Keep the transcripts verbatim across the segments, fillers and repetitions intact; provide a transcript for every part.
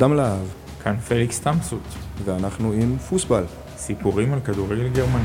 אדם להב. כאן פליקס תמסות. ואנחנו עם פוסבל. סיפורים על כדורגל גרמני.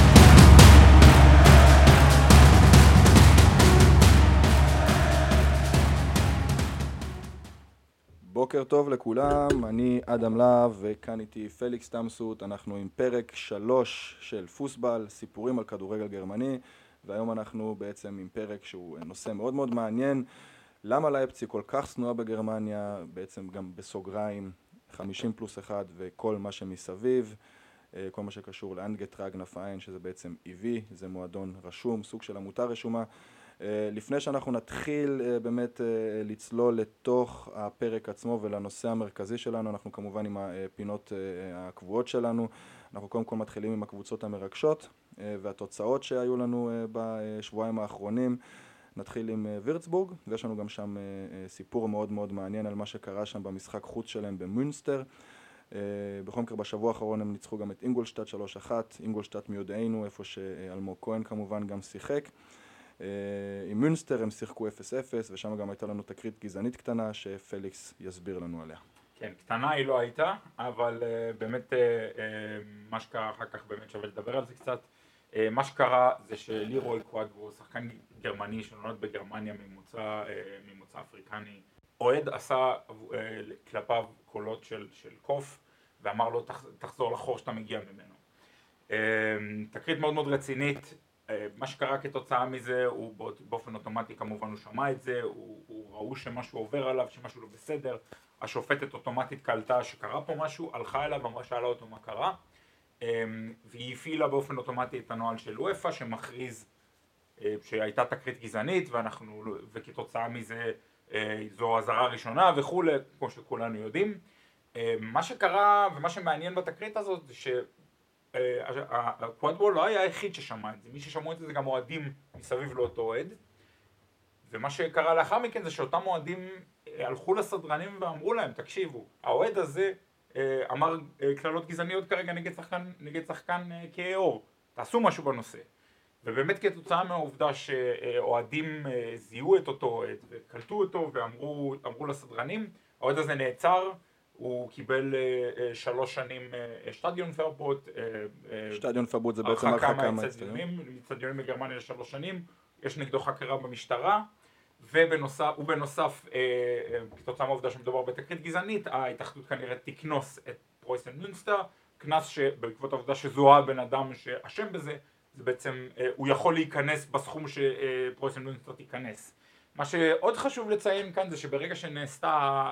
בוקר טוב לכולם, אני אדם להב וכאן איתי פליקס תמסות. אנחנו עם פרק שלוש של פוסבל, סיפורים על כדורגל גרמני, והיום אנחנו בעצם עם פרק שהוא נושא מאוד מאוד מעניין. למה לייפציג כל כך שנואה בגרמניה, בעצם גם בסוגריים חמישים פלוס אחד וכל מה שמסביב, כל מה שקשור לאנגטראגנה פיין, שזה בעצם אי וי, זה מועדון רשום, סוג של עמותה רשומה. לפני שאנחנו נתחיל באמת לצלול לתוך הפרק עצמו ולנושא המרכזי שלנו, אנחנו כמובן עם הפינות הקבועות שלנו. אנחנו קודם כל מתחילים עם הקבוצות המרגשות והתוצאות שהיו לנו בשבועיים האחרונים. נתחיל עם וירצבורג, ויש לנו גם שם סיפור מאוד מאוד מעניין על מה שקרה שם במשחק חוץ שלהם במונסטר. בכל מקרה בשבוע האחרון הם ניצחו גם את אינגולשטאט שלוש אחת, אינגולשטאט מיודענו, איפה שאלמוג כהן כמובן גם שיחק. עם מונסטר הם שיחקו אפס אפס, ושם גם הייתה לנו תקרית גזענית קטנה שפליקס יסביר לנו עליה. כן, קטנה היא לא הייתה, אבל באמת מה שקרה אחר כך באמת שווה לדבר על זה קצת. מה שקרה זה שלירוי קוואדרו, שחקן גרמני שנולד בגרמניה ממוצא, ממוצא אפריקני, אוהד עשה כלפיו קולות של, של קוף ואמר לו תחזור לחור שאתה מגיע ממנו. תקרית מאוד מאוד רצינית. מה שקרה כתוצאה מזה, הוא באופן אוטומטי כמובן הוא שמע את זה, הוא, הוא ראו שמשהו עובר עליו, שמשהו לא בסדר. השופטת אוטומטית קלטה שקרה פה משהו, הלכה אליו, אמרה שאלה אותו מה קרה, והיא הפעילה באופן אוטומטי את הנוהל של אופה שמכריז שהייתה תקרית גזענית, ואנחנו, וכתוצאה מזה זו הזרה ראשונה וכו', כמו שכולנו יודעים. מה שקרה ומה שמעניין בתקרית הזאת זה שהקוואדרו לא היה היחיד ששמע את זה, מי ששמעו את זה זה גם אוהדים מסביב לאותו אוהד, ומה שקרה לאחר מכן זה שאותם אוהדים הלכו לסדרנים ואמרו להם, תקשיבו, האוהד הזה אמר כללות גזעניות כרגע נגד שחקן, נגד שחקן כאור, תעשו משהו בנושא. ובאמת כתוצאה מהעובדה שאוהדים זיהו את אותו אוהד וקלטו אותו ואמרו אמרו לסדרנים, האוהד הזה נעצר, הוא קיבל שלוש שנים שטדיון פרבוט. שטדיון פרבוט זה בעצם הרחקה מהאצטדיונים, מאצטדיונים בגרמניה לשלוש שנים, יש נגדו חקירה במשטרה, ובנוסף, ובנוסף כתוצאה מהעובדה שמדובר בתקרית גזענית, ההתאחדות כנראה תקנוס את פרויסן מונסטר, כנס שבעקבות העובדה שזוהה בן אדם שאשם בזה, זה בעצם, הוא יכול להיכנס בסכום שפרויסן מונסטר תיכנס. מה שעוד חשוב לציין כאן זה שברגע שנעשתה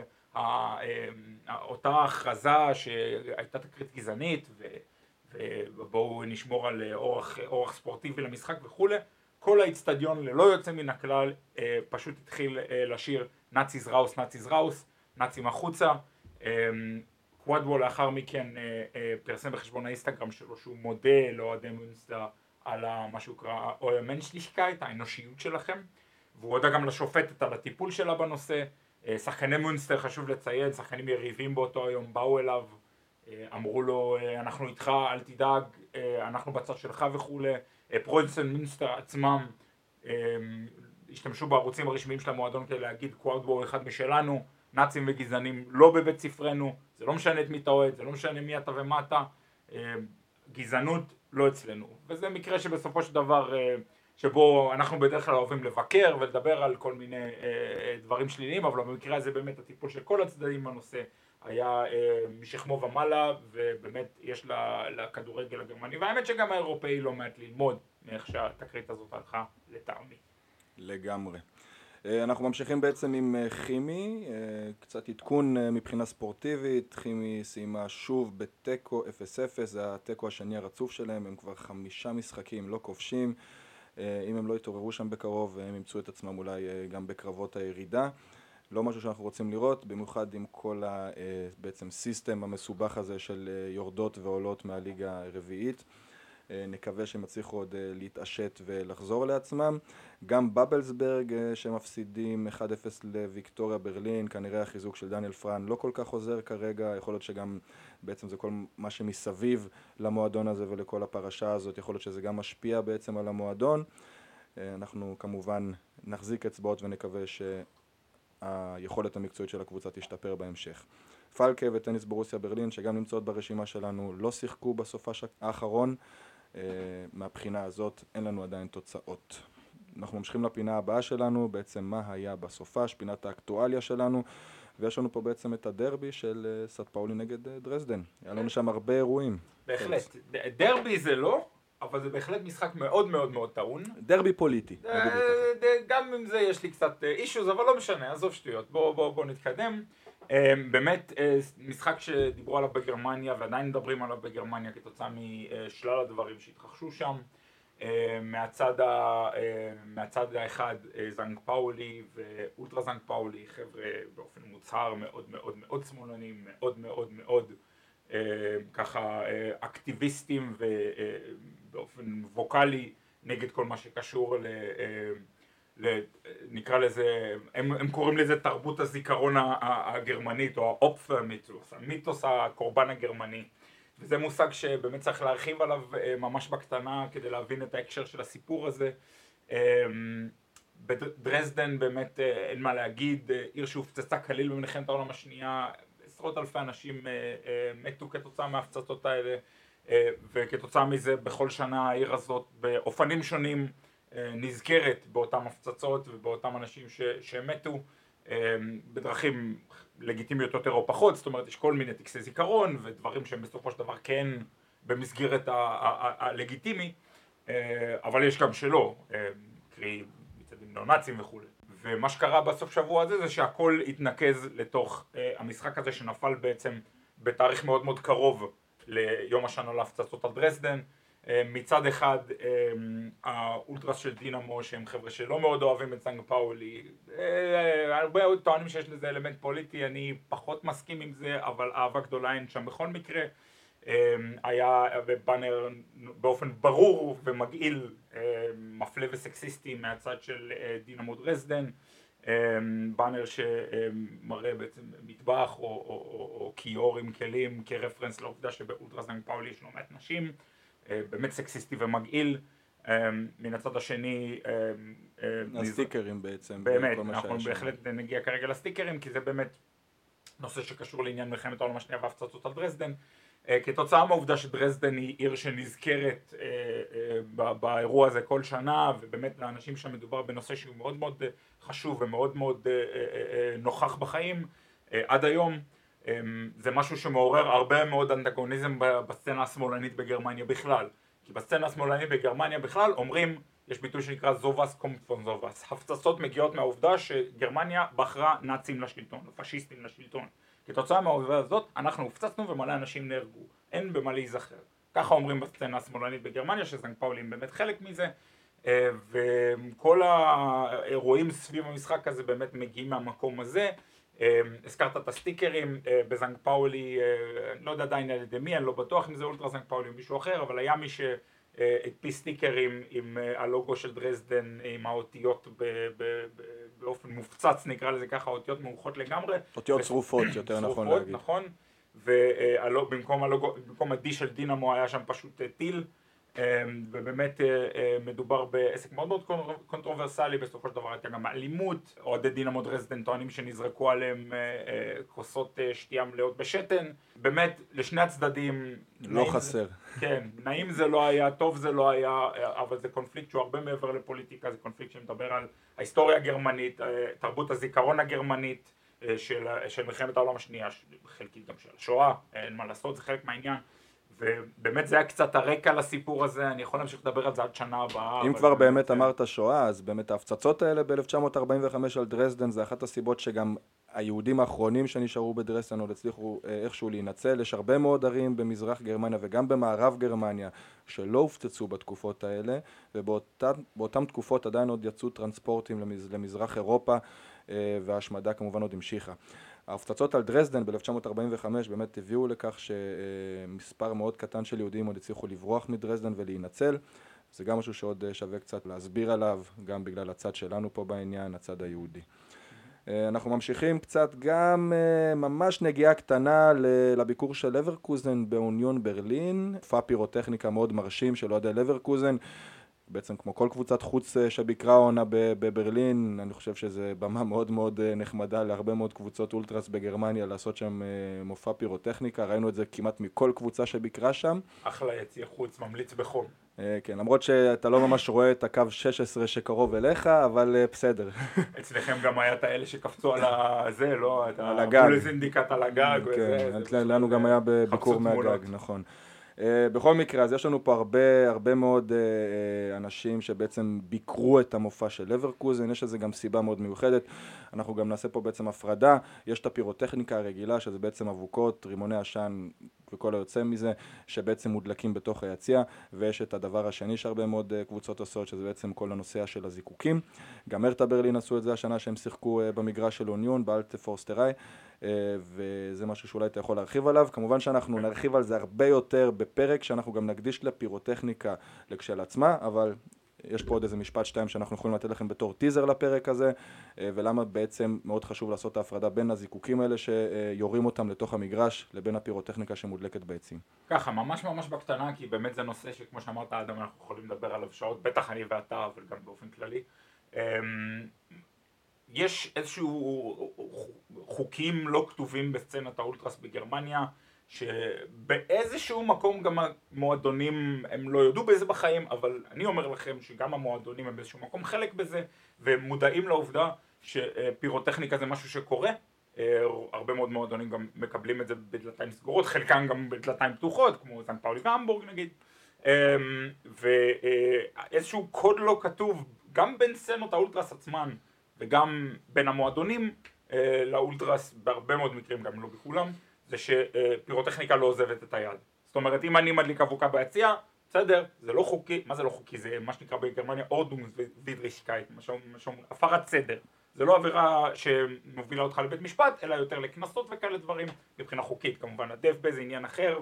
אותה הכרזה שהייתה תקרית גזענית, ובואו נשמור על אורח, אורח ספורטיבי למשחק וכו', כל האצטדיון ללא יוצא מן הכלל פשוט התחיל לשיר נאציז ראוס, נאציז ראוס, נאצים החוצה. קוואדרו לאחר מכן פרסם בחשבון האינסטגרם שלו שהוא מודה לאוהדי מונסטר על מה שהוא קרא מנשליכקייט, האנושיות שלכם, והוא הודה גם לשופטת על הטיפול שלה בנושא. שחקני מונסטר, חשוב לציין, שחקנים יריבים באותו היום באו אליו, אמרו לו אנחנו איתך, אל תדאג, אנחנו בצד שלך וכו'. פרויסן מונסטר עצמם השתמשו בערוצים הרשמיים של המועדון כדי להגיד קוואדרו אחד משלנו, נאצים וגזענים לא בבית ספרנו, זה לא משנה את מי אתה אוהד, זה לא משנה מי אתה ומה אתה, גזענות לא אצלנו. וזה מקרה שבסופו של דבר, שבו אנחנו בדרך כלל אוהבים לבקר ולדבר על כל מיני דברים שליליים, אבל במקרה הזה באמת הטיפול של כל הצדדים בנושא היה משכמו ומעלה, ובאמת יש לכדורגל הגרמני, והאמת שגם האירופאי לא מעט ללמוד מאיך שהתקרית הזאת הלכה לטעמי. לגמרי. אנחנו ממשיכים בעצם עם כימי, קצת עדכון מבחינה ספורטיבית. כימי סיימה שוב בטקו אפס אפס, זה הטקו השני הרצוף שלהם, הם כבר חמישה משחקים לא כובשים. אם הם לא יתעוררו שם בקרוב, הם ימצאו את עצמם אולי גם בקרבות הירידה. לא משהו שאנחנו רוצים לראות, במיוחד עם כל ה, בעצם סיסטם המסובך הזה של יורדות ועולות מהליגה הרביעית. נקווה שהם יצליחו עוד להתעשת ולחזור לעצמם. גם בבלסברג שמפסידים אחד אפס לוויקטוריה ברלין, כנראה החיזוק של דניאל פרן לא כל כך עוזר כרגע, יכול להיות שגם בעצם זה כל מה שמסביב למועדון הזה ולכל הפרשה הזאת, יכול להיות שזה גם משפיע בעצם על המועדון. אנחנו כמובן נחזיק אצבעות ונקווה ש... היכולת המקצועית של הקבוצה תשתפר בהמשך. פלקה וטניס ברוסיה ברלין, שגם נמצאות ברשימה שלנו, לא שיחקו בסופש האחרון. מהבחינה הזאת אין לנו עדיין תוצאות. אנחנו ממשיכים לפינה הבאה שלנו, בעצם מה היה בסופש, פינת האקטואליה שלנו, ויש לנו פה בעצם את הדרבי של סט פאולי נגד דרזדן. היה לנו שם הרבה אירועים. בהחלט. דרבי זה לא, אבל זה בהחלט משחק מאוד מאוד מאוד טעון. דרבי פוליטי. גם עם זה יש לי קצת אישוז, אבל לא משנה, עזוב שטויות. בואו נתקדם. באמת משחק שדיברו עליו בגרמניה ועדיין מדברים עליו בגרמניה כתוצאה משלל הדברים שהתרחשו שם. מהצד, ה, מהצד האחד זנג פאולי ואולטרה זנג פאולי, חבר'ה באופן מוצהר מאוד מאוד מאוד שמאלנים, מאוד מאוד מאוד ככה אקטיביסטים ובאופן ווקלי נגד כל מה שקשור ל... ל... נקרא לזה, הם, הם קוראים לזה תרבות הזיכרון הגרמנית או האופפר מיתוס, המיתוס הקורבן הגרמני. וזה מושג שבאמת צריך להרחיב עליו ממש בקטנה כדי להבין את ההקשר של הסיפור הזה. בדרזדן באמת אין מה להגיד, עיר שהופצצה כליל במלחמת העולם השנייה, עשרות אלפי אנשים מתו כתוצאה מההפצצות האלה, וכתוצאה מזה בכל שנה העיר הזאת באופנים שונים נזכרת באותם הפצצות ובאותם אנשים ש- שמתו בדרכים לגיטימיות יותר או פחות, זאת אומרת יש כל מיני טקסי זיכרון ודברים שהם בסופו של דבר כן במסגרת הלגיטימי, אבל יש גם שלא, קרי מצעדים נאו-נאצים וכו'. ומה שקרה בסוף שבוע הזה זה שהכל התנקז לתוך המשחק הזה שנפל בעצם בתאריך מאוד מאוד קרוב ליום השנה להפצצות על דרזדן. מצד אחד האולטרס של דינמו שהם חבר'ה שלא מאוד אוהבים את זנג פאולי, הרבה טוענים שיש לזה אלמנט פוליטי, אני פחות מסכים עם זה, אבל אהבה גדולה אין שם בכל מקרה. היה בבאנר באופן ברור ומגעיל מפלה וסקסיסטי מהצד של דינמו דרזדן, באנר שמראה בעצם מטבח או, או, או, או כיור עם כלים כרפרנס לעובדה שבאולטרה זנג פאולי יש לא מעט נשים, באמת סקסיסטי ומגעיל. מן הצד השני הסטיקרים בעצם, באמת, אנחנו בהחלט נגיע כרגע לסטיקרים כי זה באמת נושא שקשור לעניין מלחמת העולם השנייה והפצצות על דרזדן. כתוצאה מהעובדה שדרזדן היא עיר שנזכרת באירוע הזה כל שנה, ובאמת לאנשים שם מדובר בנושא שהוא מאוד מאוד חשוב ומאוד מאוד נוכח בחיים עד היום, זה משהו שמעורר הרבה מאוד אנטגוניזם בסצנה השמאלנית בגרמניה בכלל. כי בסצנה השמאלנית בגרמניה בכלל אומרים, יש ביטוי שנקרא זובס קומט פון זובס, הפצצות מגיעות מהעובדה שגרמניה בחרה נאצים לשלטון, פשיסטים לשלטון. כתוצאה מהעובדה הזאת אנחנו הופצצנו ומלא אנשים נהרגו, אין במה להיזכר. ככה אומרים בסצנה השמאלנית בגרמניה, שזנג פאולי הם באמת חלק מזה, וכל האירועים סביב המשחק הזה באמת מגיעים מהמקום הזה. הזכרת את הסטיקרים בזנג פאולי, אני לא יודע עדיין על ידי מי, אני לא בטוח אם זה אולטרה זנג פאולי או מישהו אחר, אבל היה מי שהדפיס סטיקרים עם הלוגו של דרזדן, עם האותיות באופן מופצץ, נקרא לזה ככה, אותיות מאוחות לגמרי. אותיות צרופות, יותר נכון להגיד. נכון, ובמקום ה-D של דינמו היה שם פשוט טיל, ובאמת מדובר בעסק מאוד מאוד קונטרוברסלי, בסופו של דבר הייתה גם אלימות, אוהדי דינמו דרזדן טוענים שנזרקו עליהם כוסות שתייה מלאות בשתן, באמת לשני הצדדים לא חסר. כן, נעים זה לא היה, טוב זה לא היה, אבל זה קונפליקט שהוא הרבה מעבר לפוליטיקה, זה קונפליקט שמדבר על ההיסטוריה הגרמנית, תרבות הזיכרון הגרמנית של, של מלחמת העולם השנייה, חלקית גם של השואה, אין מה לעשות, זה חלק מהעניין. ובאמת זה היה קצת הרקע לסיפור הזה, אני יכול להמשיך לדבר על זה עד שנה הבאה. אם כבר באמת אמרת שואה, אז באמת ההפצצות האלה ב-אלף תשע מאות ארבעים וחמש על דרזדן, זה אחת הסיבות שגם היהודים האחרונים שנשארו בדרזדן עוד הצליחו איכשהו להינצל. יש הרבה מאוד ערים במזרח גרמניה וגם במערב גרמניה שלא הופצצו בתקופות האלה, ובאותן תקופות עדיין עוד יצאו טרנספורטים למזרח אירופה, וההשמדה כמובן עוד המשיכה. ההפצצות על דרזדן ב-אלף תשע מאות ארבעים וחמש באמת הביאו לכך שמספר מאוד קטן של יהודים עוד הצליחו לברוח מדרזדן ולהינצל. זה גם משהו שעוד שווה קצת להסביר עליו, גם בגלל הצד שלנו פה בעניין, הצד היהודי. אנחנו ממשיכים קצת גם ממש נגיעה קטנה לביקור של לברקוזן באוניון ברלין, מופע פירוטכניקה מאוד מרשים של אוהדי לברקוזן. בעצם כמו כל קבוצת חוץ שביקרה עונה בברלין, אני חושב שזה במה מאוד מאוד נחמדה להרבה מאוד קבוצות אולטרס בגרמניה לעשות שם מופע פירוטכניקה, ראינו את זה כמעט מכל קבוצה שביקרה שם. אחלה יציע חוץ, ממליץ בחום. כן, למרות שאתה לא ממש רואה את הקו שש עשרה שקרוב אליך, אבל בסדר. אצלכם גם היה את האלה שקפצו על זה, לא? על הגג. הפולזינדיקט על הגג. כן, לנו גם היה בביקור מהגג, נכון. Uh, בכל מקרה, אז יש לנו פה הרבה, הרבה מאוד uh, uh, אנשים שבעצם ביקרו את המופע של לברקוזן, יש לזה גם סיבה מאוד מיוחדת, אנחנו גם נעשה פה בעצם הפרדה, יש את הפירוטכניקה הרגילה, שזה בעצם אבוקות, רימוני עשן וכל היוצא מזה, שבעצם מודלקים בתוך היציע, ויש את הדבר השני שהרבה מאוד uh, קבוצות עושות, שזה בעצם כל הנושא של הזיקוקים, גם הרטה ברלין עשו את זה השנה שהם שיחקו uh, במגרש של אוניון, באלטה פורסטראי, uh, וזה משהו שאולי אתה יכול להרחיב עליו, כמובן שאנחנו נרחיב על זה הרבה יותר בפרק שאנחנו גם נקדיש לפירוטכניקה לכשל עצמה, אבל יש פה עוד איזה משפט שתיים שאנחנו יכולים לתת לכם בתור טיזר לפרק הזה, ולמה בעצם מאוד חשוב לעשות את ההפרדה בין הזיקוקים האלה שיורים אותם לתוך המגרש לבין הפירוטכניקה שמודלקת בעצים. ככה, ממש ממש בקטנה, כי באמת זה נושא שכמו שאמרת אדם אנחנו יכולים לדבר עליו שעות, בטח אני ואתה, אבל גם באופן כללי. יש איזשהו חוקים לא כתובים בסצנת האולטרס בגרמניה, שבאיזשהו מקום גם המועדונים הם לא יודעו בזה בחיים, אבל אני אומר לכם שגם המועדונים הם באיזשהו מקום חלק בזה, ומודעים לעובדה שפירוטכניקה זה משהו שקורה. הרבה מאוד מועדונים גם מקבלים את זה בדלתיים סגורות, חלקם גם בדלתיים פתוחות, כמו סן פאולי והמבורג נגיד, ואיזשהו קוד לא כתוב גם בין סצנות האולטרס עצמן וגם בין המועדונים לאולטרס, בהרבה מאוד מקרים, גם לא בכולם, זה שפירוטכניקה לא עוזבת את היד. זאת אומרת, אם אני מדליק אבוקה ביציע, בסדר, זה לא חוקי, מה זה לא חוקי? זה מה שנקרא בגרמניה אורדונגס וידרישקייט, הפרת סדר. זה לא עבירה שמובילה אותך לבית משפט, אלא יותר לכנסות וכאלה דברים, מבחינה חוקית כמובן. הדף באיזה עניין אחר,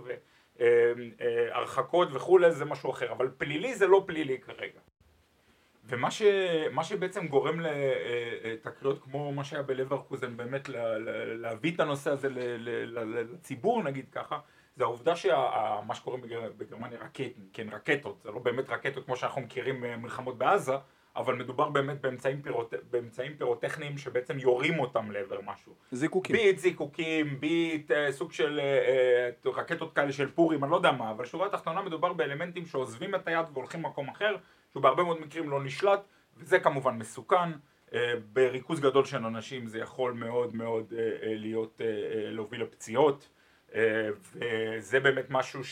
והרחקות וכולי זה משהו אחר, אבל פלילי זה לא פלילי כרגע. ומה ש, מה שבעצם גורם לתקריות כמו מה שהיה בלברקוזן, באמת להביא את הנושא הזה לציבור נגיד ככה, זה העובדה שמה שקורה בגרמניה רקטים, כן רקטות, זה לא באמת רקטות כמו שאנחנו מכירים מלחמות בעזה, אבל מדובר באמת באמצעים, פירוט, באמצעים פירוטכניים שבעצם יורים אותם לעבר משהו. זיקוקים. ביט זיקוקים, ביט סוג של רקטות כאלה של פורים, אני לא יודע מה, אבל שורה התחתונה מדובר באלמנטים שעוזבים את היד והולכים למקום אחר, שהוא בהרבה מאוד מקרים לא נשלט, וזה כמובן מסוכן. בריכוז גדול של אנשים זה יכול מאוד מאוד להיות, להוביל לפציעות, וזה באמת משהו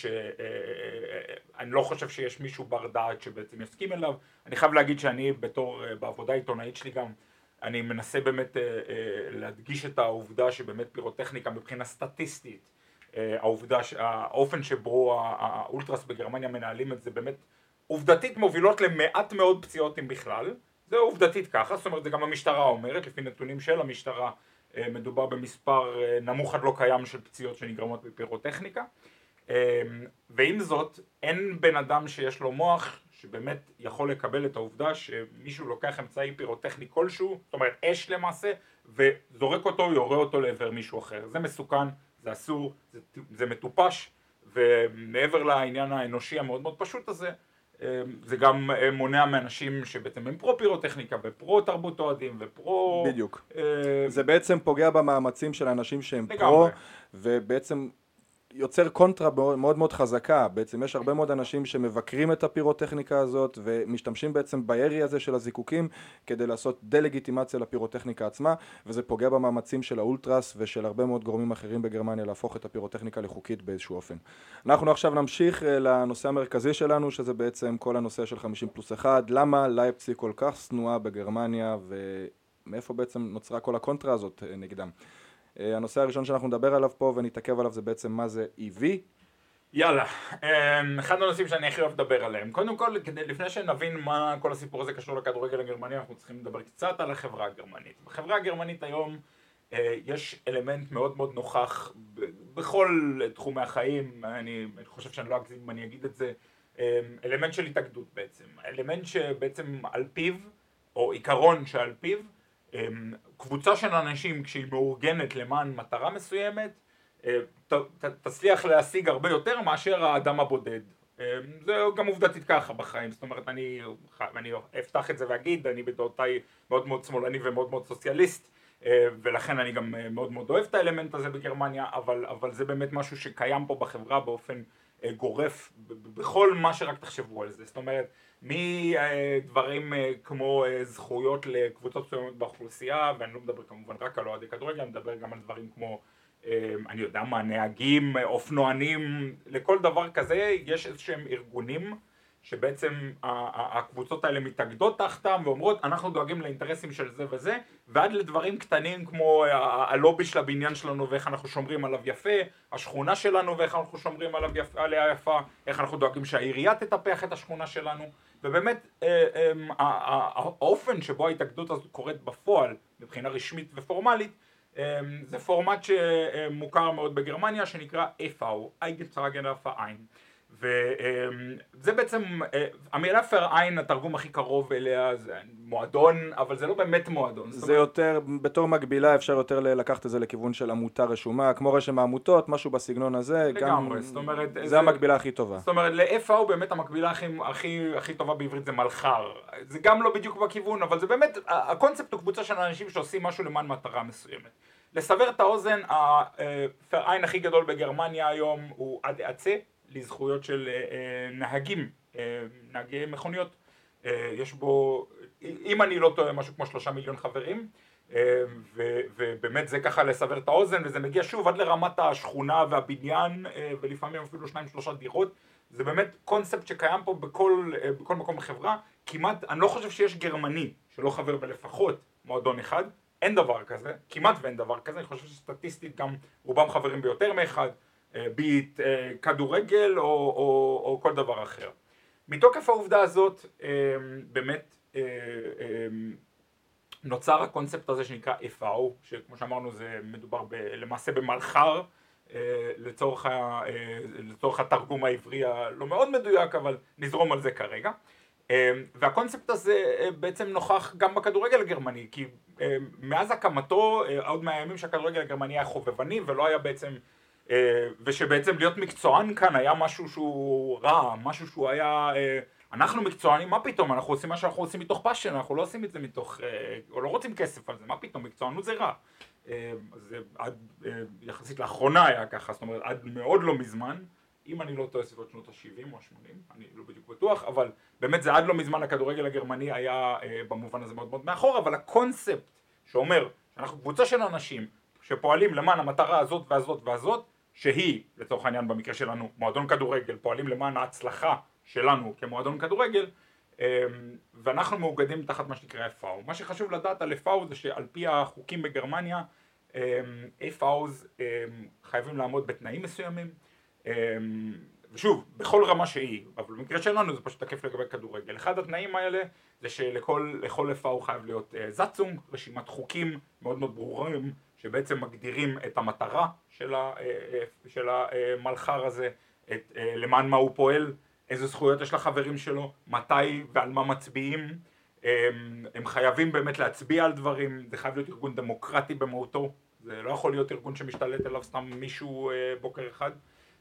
שאני לא חושב שיש מישהו בר דעת שבעצם יסכים אליו. אני חייב להגיד שאני בתור, בעבודה העיתונאית שלי גם, אני מנסה באמת להדגיש את העובדה שבאמת פירוטכניקה מבחינה סטטיסטית, העובדה, האופן שבו האולטרס בגרמניה מנהלים את זה באמת עובדתית מובילות למעט מאוד פציעות אם בכלל, זה עובדתית ככה, זאת אומרת זה גם המשטרה אומרת, לפי נתונים של המשטרה מדובר במספר נמוך עד לא קיים של פציעות שנגרמות בפירוטכניקה, ועם זאת אין בן אדם שיש לו מוח שבאמת יכול לקבל את העובדה שמישהו לוקח אמצעי פירוטכני כלשהו, זאת אומרת אש למעשה, וזורק אותו, יורה אותו לעבר מישהו אחר. זה מסוכן, זה אסור, זה, זה מטופש, ומעבר לעניין האנושי המאוד מאוד פשוט הזה, זה גם מונע מאנשים שבעצם הם פרו פירוטכניקה ופרו תרבות אוהדים ופרו... בדיוק. זה בעצם פוגע במאמצים של האנשים שהם פרו, ובעצם יוצר קונטרה מאוד מאוד חזקה. בעצם יש הרבה מאוד אנשים שמבקרים את הפירוטכניקה הזאת ומשתמשים בעצם בירי הזה של הזיקוקים כדי לעשות דה-לגיטימציה לפירוטכניקה עצמה, וזה פוגע במאמצים של האולטרס ושל הרבה מאוד גורמים אחרים בגרמניה להפוך את הפירוטכניקה לחוקית באיזשהו אופן. אנחנו עכשיו נמשיך לנושא המרכזי שלנו, שזה בעצם כל הנושא של חמישים פלוס אחד. למה לייפציג כל כך שנואה בגרמניה ומאיפה בעצם נוצרה כל הקונטרה הזאת נגדם? הנושא הראשון שאנחנו נדבר עליו פה ונתעכב עליו זה בעצם מה זה אי וי. יאללה, אחד הנושאים שאני הכי אוהב לדבר עליהם. קודם כל, כדי, לפני שנבין מה כל הסיפור הזה קשור לכדורגל הגרמני, אנחנו צריכים לדבר קצת על החברה הגרמנית. בחברה הגרמנית היום יש אלמנט מאוד מאוד נוכח בכל תחומי החיים, אני חושב שאני לא אגזים אם אני אגיד את זה, אלמנט של התאגדות בעצם. אלמנט שבעצם על פיו, או עיקרון שעל פיו, קבוצה של אנשים כשהיא מאורגנת למען מטרה מסוימת ת, ת, תצליח להשיג הרבה יותר מאשר האדם הבודד זה גם עובדתית ככה בחיים, זאת אומרת אני, אני אפתח את זה ואגיד, אני בדעותיי מאוד מאוד שמאלני ומאוד מאוד סוציאליסט, ולכן אני גם מאוד מאוד אוהב את האלמנט הזה בגרמניה, אבל, אבל זה באמת משהו שקיים פה בחברה באופן גורף בכל מה שרק תחשבו על זה, זאת אומרת מדברים כמו זכויות לקבוצות מסוימות באוכלוסייה, ואני לא מדבר כמובן רק על אוהדי כדורגל, אני מדבר גם על דברים כמו אני יודע מה, נהגים, אופנוענים, לכל דבר כזה יש איזשהם ארגונים שבעצם הקבוצות האלה מתאגדות תחתם ואומרות אנחנו דואגים לאינטרסים של זה וזה, ועד לדברים קטנים כמו הלובי של הבניין שלנו ואיך אנחנו שומרים עליו יפה, השכונה שלנו ואיך אנחנו שומרים עליו יפה, עליה יפה, איך אנחנו דואגים שהעירייה תטפח את השכונה שלנו, ובאמת האופן שבו ההתאגדות הזאת קורית בפועל מבחינה רשמית ופורמלית, זה פורמט שמוכר מאוד בגרמניה שנקרא E V, Eingetragener Verein, וזה בעצם, המילה פראיין התרגום הכי קרוב אליה זה מועדון, אבל זה לא באמת מועדון. זה יותר, בתור מקבילה אפשר יותר לקחת את זה לכיוון של עמותה רשומה, כמו רשם העמותות, משהו בסגנון הזה, גם זה המקבילה הכי טובה. זאת אומרת, ל-F A באמת המקבילה הכי טובה בעברית זה מלכר, זה גם לא בדיוק בכיוון, אבל זה באמת, הקונספט הוא קבוצה של אנשים שעושים משהו למען מטרה מסוימת. לסבר את האוזן, הפראיין הכי גדול בגרמניה היום הוא A D A C, לזכויות של נהגים, נהגי מכוניות, יש בו, אם אני לא טועה, משהו כמו שלושה מיליון חברים, ובאמת זה ככה לסבר את האוזן, וזה מגיע שוב עד לרמת השכונה והבניין, ולפעמים אפילו שניים שלושה דירות, זה באמת קונספט שקיים פה בכל, בכל מקום בחברה, כמעט, אני לא חושב שיש גרמני שלא חבר בלפחות מועדון אחד, אין דבר כזה, כמעט ואין דבר כזה, אני חושב שסטטיסטית גם רובם חברים ביותר מאחד, ביט, כדורגל או, או, או כל דבר אחר. מתוקף העובדה הזאת, באמת נוצר הקונספט הזה שנקרא F A, שכמו שאמרנו זה מדובר ב, למעשה במלכר, לצורך, ה, לצורך התרגום העברי הלא מאוד מדויק, אבל נזרום על זה כרגע. והקונספט הזה בעצם נוכח גם בכדורגל הגרמני, כי מאז הקמתו, עוד מהימים שהכדורגל הגרמני היה חובבני ולא היה בעצם, ושבעצם להיות מקצוען כאן היה משהו שהוא רע, משהו שהוא היה, אנחנו מקצוענים, מה פתאום, אנחנו עושים מה שאנחנו עושים מתוך פאשן, אנחנו לא עושים את זה מתוך, או לא רוצים כסף על זה, מה פתאום, מקצוענות זה רע. זה עד, יחסית לאחרונה היה ככה, זאת אומרת, עד מאוד לא מזמן, אם אני לא טועה סביבות שנות ה-שבעים או ה-שמונים, אני לא בדיוק בטוח, אבל באמת זה עד לא מזמן הכדורגל הגרמני היה במובן הזה מאוד מאוד מאחור, אבל הקונספט שאומר שאנחנו קבוצה של אנשים שפועלים למען המטרה הזאת והזאת והזאת, שהיא, לצורך העניין במקרה שלנו, מועדון כדורגל, פועלים למען ההצלחה שלנו כמועדון כדורגל, ואנחנו מאוגדים תחת מה שנקרא F A. מה שחשוב לדעת על F A זה שעל פי החוקים בגרמניה, F A חייבים לעמוד בתנאים מסוימים, ושוב, בכל רמה שהיא, אבל במקרה שלנו זה פשוט תקף לגבי כדורגל. אחד התנאים האלה זה שלכל לכל F A הוא חייב להיות זאצונג, רשימת חוקים מאוד מאוד ברורים, שבעצם מגדירים את המטרה של, ה, של המלכר הזה, את, למען מה הוא פועל, איזה זכויות יש לחברים שלו, מתי ועל מה מצביעים, הם חייבים באמת להצביע על דברים, זה חייב להיות ארגון דמוקרטי במהותו, זה לא יכול להיות ארגון שמשתלט אליו סתם מישהו בוקר אחד,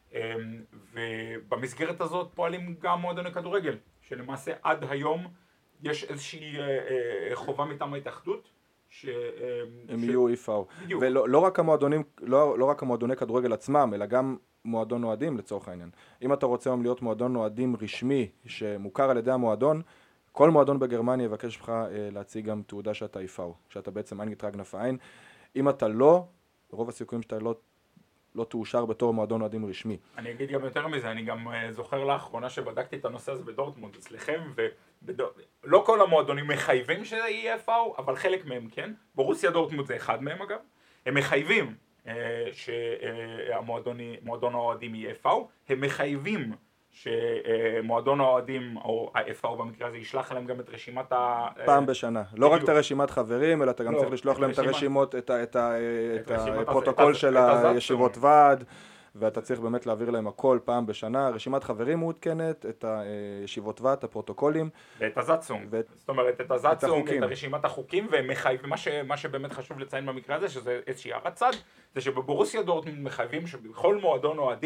ובמסגרת הזאת פועלים גם מועדוני כדורגל, שלמעשה עד היום יש איזושהי חובה מטעם ההתאחדות, הם יהיו F A. ולא לא רק המועדונים, לא, לא רק המועדוני כדורגל עצמם, אלא גם מועדון אוהדים לצורך העניין. אם אתה רוצה היום להיות מועדון אוהדים רשמי שמוכר על ידי המועדון, כל מועדון בגרמניה יבקש לך להציג גם תעודה שאתה F A, שאתה בעצם Eingetragener Verein. אם אתה לא, רוב הסיכויים שאתה לא לא תאושר בתור מועדון אוהדים רשמי. אני אגיד גם יותר מזה, אני גם זוכר לאחרונה שבדקתי את הנושא הזה בדורטמונד אצלכם, ולא כל המועדונים מחייבים שזה יהיה F A, אבל חלק מהם כן. ברוסיה דורטמונד זה אחד מהם אגב. הם מחייבים שמועדון האוהדים יהיה F A, הם מחייבים שמועדון האוהדים או ה-F A במקרה הזה ישלח להם גם את רשימת ה... פעם בשנה. לא רק את הרשימת חברים, אלא אתה גם צריך לשלוח להם את הרשימות, את הפרוטוקול של הישיבות ועד, ואתה צריך באמת להעביר להם הכל פעם בשנה, רשימת חברים מעודכנת, את הישיבות ועד, את הפרוטוקולים. ואת הזאצונג. זאת אומרת, את הזאצונג, את הרשימת החוקים, ומה שבאמת חשוב לציין במקרה הזה, שזה איזושהי הערת צד, זה שבברוסיה דורטמונד מחייבים שבכל מועדון אוהדים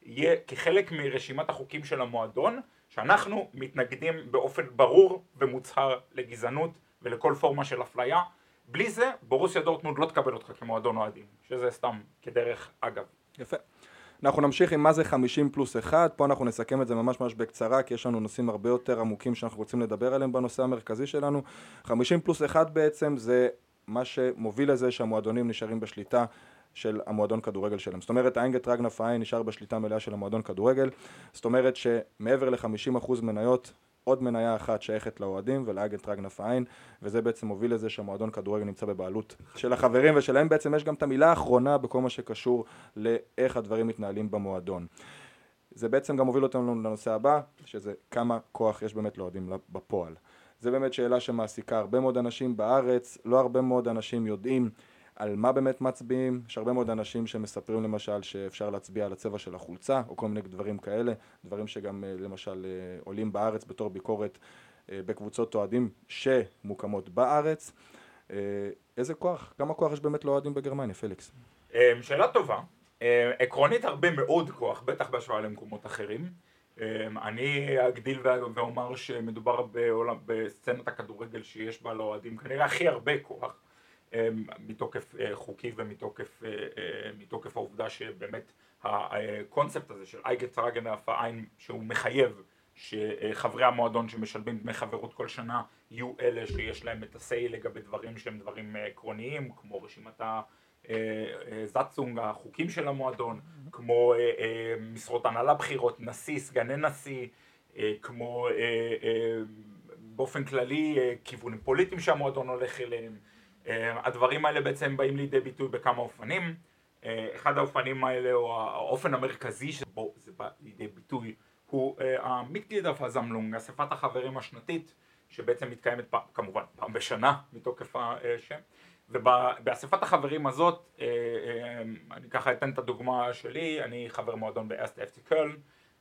יהיה כחלק מרשימת החוקים של המועדון, שאנחנו מתנגדים באופן ברור ומוצהר לגזענות ולכל פורמה של אפליה. בלי זה, בורוסיה דורטמונד לא תקבל אותך כמועדון אוהדים, שזה סתם כדרך אגב. יפה. אנחנו נמשיך עם מה זה חמישים פלוס אחד, פה אנחנו נסכם את זה ממש ממש בקצרה, כי יש לנו נושאים הרבה יותר עמוקים שאנחנו רוצים לדבר עליהם בנושא המרכזי שלנו. חמישים פלוס אחד בעצם זה מה שמוביל לזה שהמועדונים נשארים בשליטה של המועדון כדורגל שלהם. זאת אומרת, האינגט רגנה פיין נשאר בשליטה מלאה של המועדון כדורגל, זאת אומרת שמעבר ל-חמישים אחוז מניות, עוד מניה אחת שייכת לאוהדים ולאגנט רגנה פיין, וזה בעצם מוביל לזה שהמועדון כדורגל נמצא בבעלות של החברים, ושלהם בעצם יש גם את המילה האחרונה בכל מה שקשור לאיך הדברים מתנהלים במועדון. זה בעצם גם מוביל אותנו לנושא הבא, שזה כמה כוח יש באמת לאוהדים בפועל. זה באמת שאלה שמעסיקה הרבה מאוד אנשים בארץ, לא הרבה מאוד אנשים יודעים על מה באמת מצביעים. יש הרבה מאוד אנשים שמספרים למשל שאפשר להצביע על הצבע של החולצה או כל מיני דברים כאלה, דברים שגם למשל עולים בארץ בתור ביקורת בקבוצות אוהדים שמוקמות בארץ. איזה כוח, כמה כוח יש באמת לאוהדים בגרמניה, פליקס? שאלה טובה. עקרונית הרבה מאוד כוח, בטח בהשוואה למקומות אחרים. אני אגדיל ואומר שמדובר בעולם, בסצנת הכדורגל שיש בה לאוהדים כנראה הכי הרבה כוח. מתוקף חוקי ומתוקף מתוקף העובדה שבאמת הקונספט הזה של אייגנט רגנה פיין, שהוא מחייב שחברי המועדון שמשלמים דמי חברות כל שנה יהיו אלה שיש להם את הסיי לגבי דברים שהם דברים עקרוניים, כמו רשימת הזאצונג, החוקים של המועדון, כמו משרות הנהלה בחירות, נשיא, סגני נשיא, כמו באופן כללי כיוונים פוליטיים שהמועדון הולך אליהם. הדברים האלה בעצם באים לידי ביטוי בכמה אופנים. אחד האופנים האלה, או האופן המרכזי שבו זה בא לידי ביטוי, הוא המיטגלידרפרזמלונג, אספת החברים השנתית, שבעצם מתקיימת פעם, כמובן פעם בשנה מתוקף השם. ובאספת החברים הזאת, אני ככה אתן את הדוגמה שלי, אני חבר מועדון באסטה אף סי קולן,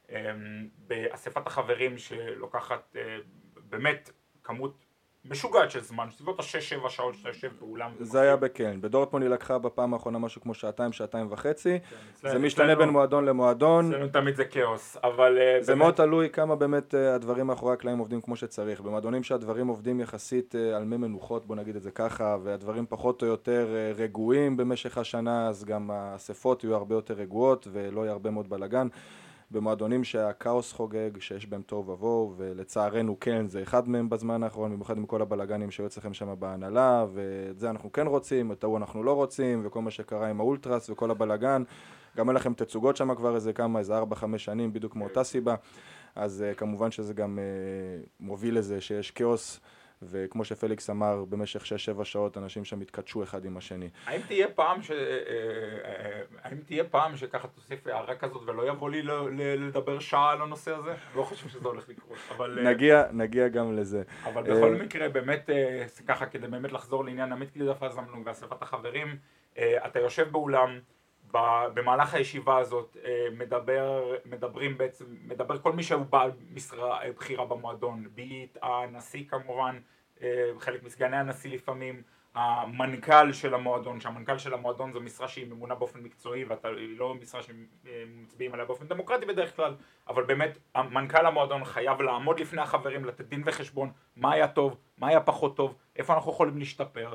באספת החברים שלוקחת באמת כמות משוגעת של זמן, סביבות השש שבע שעות שאתה יושב באולם. זה היה בקלן. בדורטמונד היא לקחה בפעם האחרונה משהו כמו שעתיים, שעתיים וחצי. זה משתנה בין מועדון למועדון. אצלנו תמיד זה כאוס, אבל זה מאוד תלוי כמה באמת הדברים מאחורי הקלעים עובדים כמו שצריך. במועדונים שהדברים עובדים יחסית על מי מנוחות, בוא נגיד את זה ככה, והדברים פחות או יותר רגועים במשך השנה, אז גם האספות יהיו הרבה יותר רגועות ולא יהיה הרבה מאוד בלגן. במועדונים שהקאוס חוגג, שיש בהם טוב ובוא, ולצערנו כן, זה אחד מהם בזמן האחרון, במיוחד עם כל הבלגנים שהיו אצלכם שם בהנהלה, ואת זה אנחנו כן רוצים, את ההוא אנחנו לא רוצים, וכל מה שקרה עם האולטרס וכל הבלגן, גם אין לכם תצוגות שם כבר איזה כמה, איזה ארבע חמש שנים, בדיוק מאותה סיבה, אז כמובן שזה גם מוביל לזה שיש כאוס, וכמו שפליקס אמר, במשך שש שבע שעות אנשים שם התקדשו אחד עם השני. האם תהיה פעם ש... האם תהיה פעם שככה תוסיף הערה כזאת ולא יבוא לי לדבר שעה על הנושא הזה? לא חושב שזה הולך לקרות, אבל... נגיע, נגיע גם לזה. אבל בכל מקרה, באמת, ככה, כדי באמת לחזור לעניין המיטגלידרפרזמלונג ואספת החברים, אתה יושב באולם, במהלך הישיבה הזאת מדבר, מדברים בעצם, מדבר כל מי שהוא בעל משרה בחירה במועדון, ביט, הנשיא כמובן, חלק מסגני הנשיא לפעמים, המנכ"ל של המועדון, שהמנכ"ל של המועדון זו משרה שהיא ממונה באופן מקצועי, והיא לא משרה שמצביעים עליה באופן דמוקרטי בדרך כלל, אבל באמת המנכ"ל המועדון חייב לעמוד לפני החברים, לתת דין וחשבון, מה היה טוב, מה היה פחות טוב, איפה אנחנו יכולים להשתפר,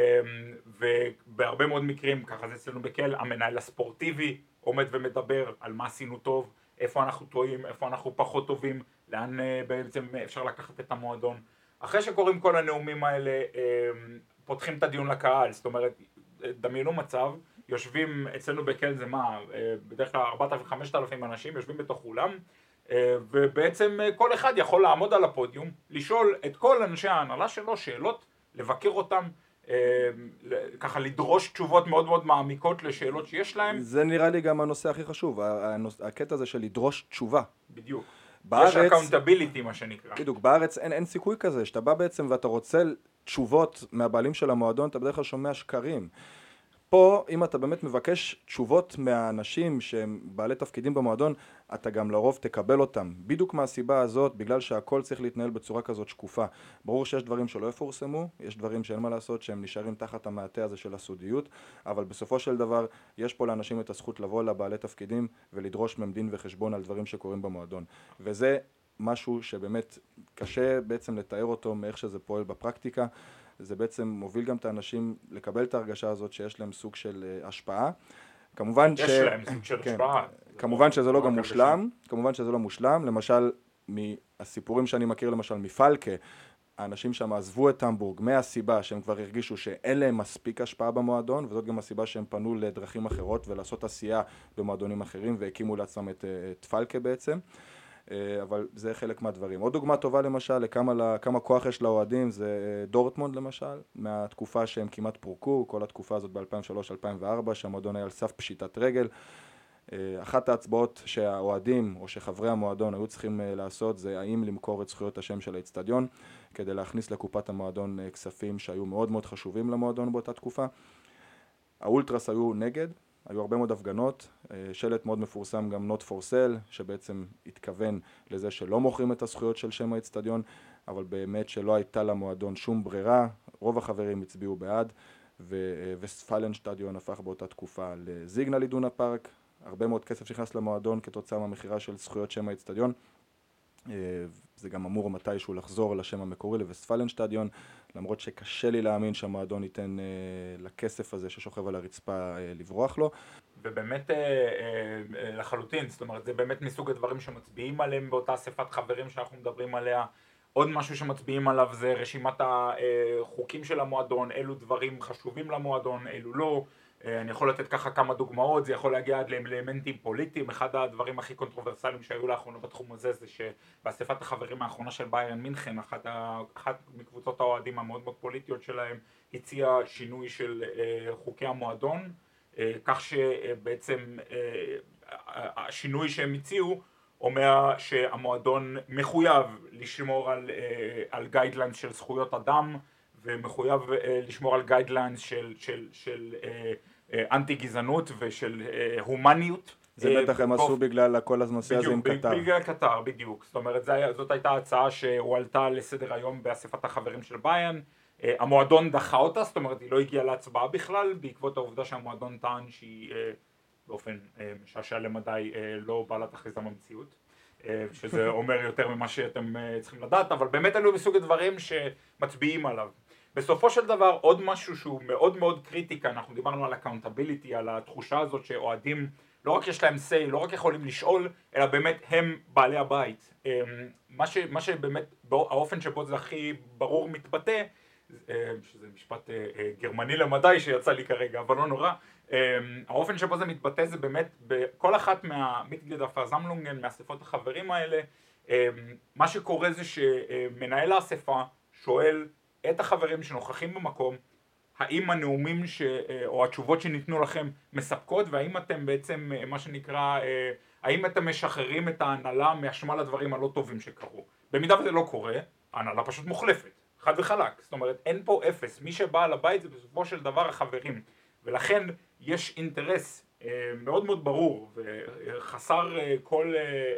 ובהרבה מאוד מקרים, ככה זה אצלנו בקל, המנהל הספורטיבי עומד ומדבר על מה עשינו טוב, איפה אנחנו טועים, איפה אנחנו פחות טובים, לאן בעצם אפשר לקחת את המועדון. אחרי שקוראים כל הנאומים האלה, פותחים את הדיון לקהל, זאת אומרת, דמיינו מצב, יושבים אצלנו בקל זה מה, בדרך כלל ארבעת אלפים חמשת אלפים אנשים יושבים בתוך אולם, ובעצם כל אחד יכול לעמוד על הפודיום, לשאול את כל אנשי ההנהלה שלו שאלות, לבקר אותם, ככה לדרוש תשובות מאוד מאוד מעמיקות לשאלות שיש להם. זה נראה לי גם הנושא הכי חשוב, הקטע הזה של לדרוש תשובה. בדיוק. בארץ, יש אקאונטביליטי מה שנקרא. בדיוק, בארץ אין, אין סיכוי כזה, שאתה בא בעצם ואתה רוצה תשובות מהבעלים של המועדון, אתה בדרך כלל שומע שקרים. פה, אם אתה באמת מבקש תשובות מהאנשים שהם בעלי תפקידים במועדון, אתה גם לרוב תקבל אותם. בדיוק מהסיבה הזאת, בגלל שהכל צריך להתנהל בצורה כזאת שקופה. ברור שיש דברים שלא יפורסמו, יש דברים שאין מה לעשות, שהם נשארים תחת המעטה הזה של הסודיות, אבל בסופו של דבר, יש פה לאנשים את הזכות לבוא לבעלי תפקידים ולדרוש מהם דין וחשבון על דברים שקורים במועדון. וזה משהו שבאמת קשה בעצם לתאר אותו מאיך שזה פועל בפרקטיקה. זה בעצם מוביל גם את האנשים לקבל את ההרגשה הזאת שיש להם סוג של השפעה. כמובן יש ש... להם סוג של כן. השפעה. כמובן שזה לא גם הרגשה. מושלם, כמובן שזה לא מושלם. למשל, מהסיפורים שאני מכיר, למשל מפלקה, האנשים שם עזבו את המבורג מהסיבה שהם כבר הרגישו שאין להם מספיק השפעה במועדון, וזאת גם הסיבה שהם פנו לדרכים אחרות ולעשות עשייה במועדונים אחרים, והקימו לעצמם את, את פלקה בעצם. אבל זה חלק מהדברים. עוד דוגמה טובה למשל, לכמה, כמה כוח יש לאוהדים, זה דורטמונד למשל, מהתקופה שהם כמעט פורקו, כל התקופה הזאת ב-אלפיים ושלוש אלפיים וארבע, שהמועדון היה על סף פשיטת רגל. אחת ההצבעות שהאוהדים או שחברי המועדון היו צריכים לעשות, זה האם למכור את זכויות השם של האצטדיון, כדי להכניס לקופת המועדון כספים שהיו מאוד מאוד חשובים למועדון באותה תקופה. האולטרס היו נגד, היו הרבה מאוד הפגנות, שלט מאוד מפורסם גם Not for Sale, שבעצם התכוון לזה שלא מוכרים את הזכויות של שם האצטדיון, אבל באמת שלא הייתה למועדון שום ברירה, רוב החברים הצביעו בעד, וספלנשטדיון הפך באותה תקופה לזיגנל אידונה פארק, הרבה מאוד כסף שנכנס למועדון כתוצאה מהמכירה של זכויות שם האצטדיון, זה גם אמור מתישהו לחזור לשם המקורי לווספלנשטדיון, למרות שקשה לי להאמין שהמועדון ייתן אה, לכסף הזה ששוכב על הרצפה אה, לברוח לו. ובאמת אה, אה, לחלוטין, זאת אומרת זה באמת מסוג הדברים שמצביעים עליהם באותה אספת חברים שאנחנו מדברים עליה. עוד משהו שמצביעים עליו זה רשימת החוקים של המועדון, אילו דברים חשובים למועדון, אילו לא. אני יכול לתת ככה כמה דוגמאות, זה יכול להגיע עד לאלמנטים פוליטיים. אחד הדברים הכי קונטרוברסליים שהיו לאחרונה בתחום הזה זה שבאספת החברים האחרונה של ביירן מינכן, אחת, ה... אחת מקבוצות האוהדים המאוד מאוד פוליטיות שלהם הציעה שינוי של uh, חוקי המועדון, uh, כך שבעצם uh, השינוי שהם הציעו אומר שהמועדון מחויב לשמור על, uh, על גיידליינס של זכויות אדם, ומחויב uh, לשמור על גיידליינס של, של, של uh, uh, אנטי גזענות ושל uh, הומניות. זה uh, בטח הם בגוף... עשו בגלל כל הנושא הזה עם קטר. בגלל קטר, בדיוק. זאת אומרת, זה, זאת הייתה הצעה שהועלתה לסדר היום באספת החברים של ביירן. Uh, המועדון דחה אותה, זאת אומרת, היא לא הגיעה להצבעה בכלל, בעקבות העובדה שהמועדון טען שהיא uh, באופן uh, משעשע למדי uh, לא בעלת אחיזה במציאות. שזה אומר יותר ממה שאתם צריכים לדעת, אבל באמת אלו מסוג הדברים שמצביעים עליו. בסופו של דבר עוד משהו שהוא מאוד מאוד קריטי, אנחנו דיברנו על accountability, על התחושה הזאת שאוהדים לא רק יש להם say, לא רק יכולים לשאול, אלא באמת הם בעלי הבית. מה, ש, מה שבאמת, האופן שבו זה הכי ברור מתבטא, שזה משפט גרמני למדי שיצא לי כרגע, אבל לא נורא, האופן שבו זה מתבטא זה באמת בכל אחת מהמיטגלידר פרזמלונגן, מאספות החברים האלה, מה שקורה זה שמנהל האספה שואל את החברים שנוכחים במקום, האם הנאומים ש... או התשובות שניתנו לכם מספקות, והאם אתם בעצם, מה שנקרא, האם אתם משחררים את ההנהלה מאשמה לדברים הלא טובים שקרו. במידה וזה לא קורה, ההנהלה פשוט מוחלפת, חד וחלק. זאת אומרת, אין פה אפס. מי שבא לבית זה בסופו של דבר החברים. ולכן יש אינטרס מאוד מאוד ברור וחסר כל,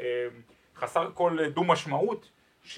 חסר כל דו משמעות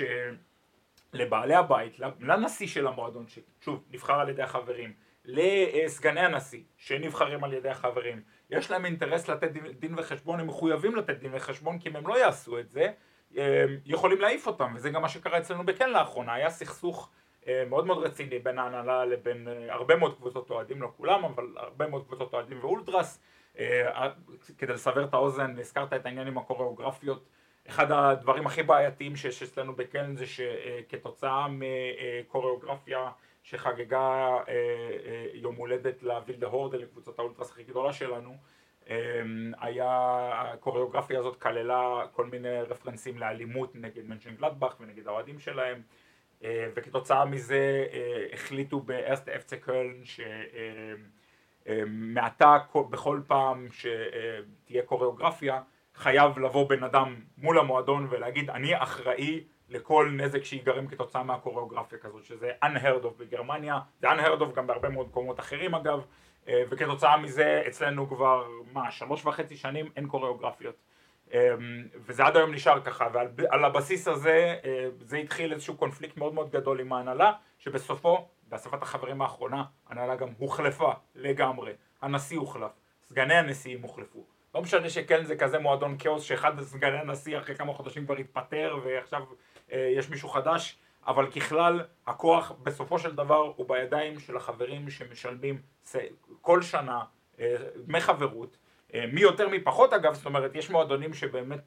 שלבעלי הבית, לנשיא של המועדון ששוב נבחר על ידי החברים, לסגני הנשיא שנבחרים על ידי החברים, יש להם אינטרס לתת דין וחשבון, הם מחויבים לתת דין וחשבון, כי אם הם לא יעשו את זה יכולים להעיף אותם, וזה גם מה שקרה אצלנו בכן לאחרונה. היה סכסוך מאוד מאוד רציני בין ההנהלה לבין הרבה מאוד קבוצות אוהדים, לא כולם, אבל הרבה מאוד קבוצות אוהדים ואולטרס. כדי לסבר את האוזן, הזכרת את העניין עם הקוריאוגרפיות. אחד הדברים הכי בעייתיים שיש אצלנו בכן זה שכתוצאה מקוריאוגרפיה שחגגה יום הולדת לווילדה הורדה, לקבוצת האולטרס הכי גדולה שלנו, היה, הקוריאוגרפיה הזאת כללה כל מיני רפרנסים לאלימות נגד מנשנגלדבך ונגד האוהדים שלהם, וכתוצאה מזה החליטו בארסטה אף סי קולן שמעתה בכל פעם שתהיה קוריאוגרפיה חייב לבוא בן אדם מול המועדון ולהגיד אני אחראי לכל נזק שיגרם כתוצאה מהקוריאוגרפיה כזאת, שזה unheard of בגרמניה, זה unheard of גם בהרבה מאוד מקומות אחרים אגב, וכתוצאה מזה אצלנו כבר, מה, שלוש וחצי שנים אין קוריאוגרפיות. וזה עד היום נשאר ככה, ועל הבסיס הזה, זה התחיל איזשהו קונפליקט מאוד מאוד גדול עם ההנהלה, שבסופו, באספת החברים האחרונה, ההנהלה גם הוחלפה לגמרי, הנשיא הוחלף, סגני הנשיאים הוחלפו. לא משנה שכן זה כזה מועדון כאוס, שאחד סגני הנשיא אחרי כמה חודשים כבר התפטר, ועכשיו יש מישהו חדש, אבל ככלל, הכוח בסופו של דבר הוא בידיים של החברים שמשלמים כל שנה דמי חברות, מי יותר מי פחות אגב, זאת אומרת, יש מועדונים שבאמת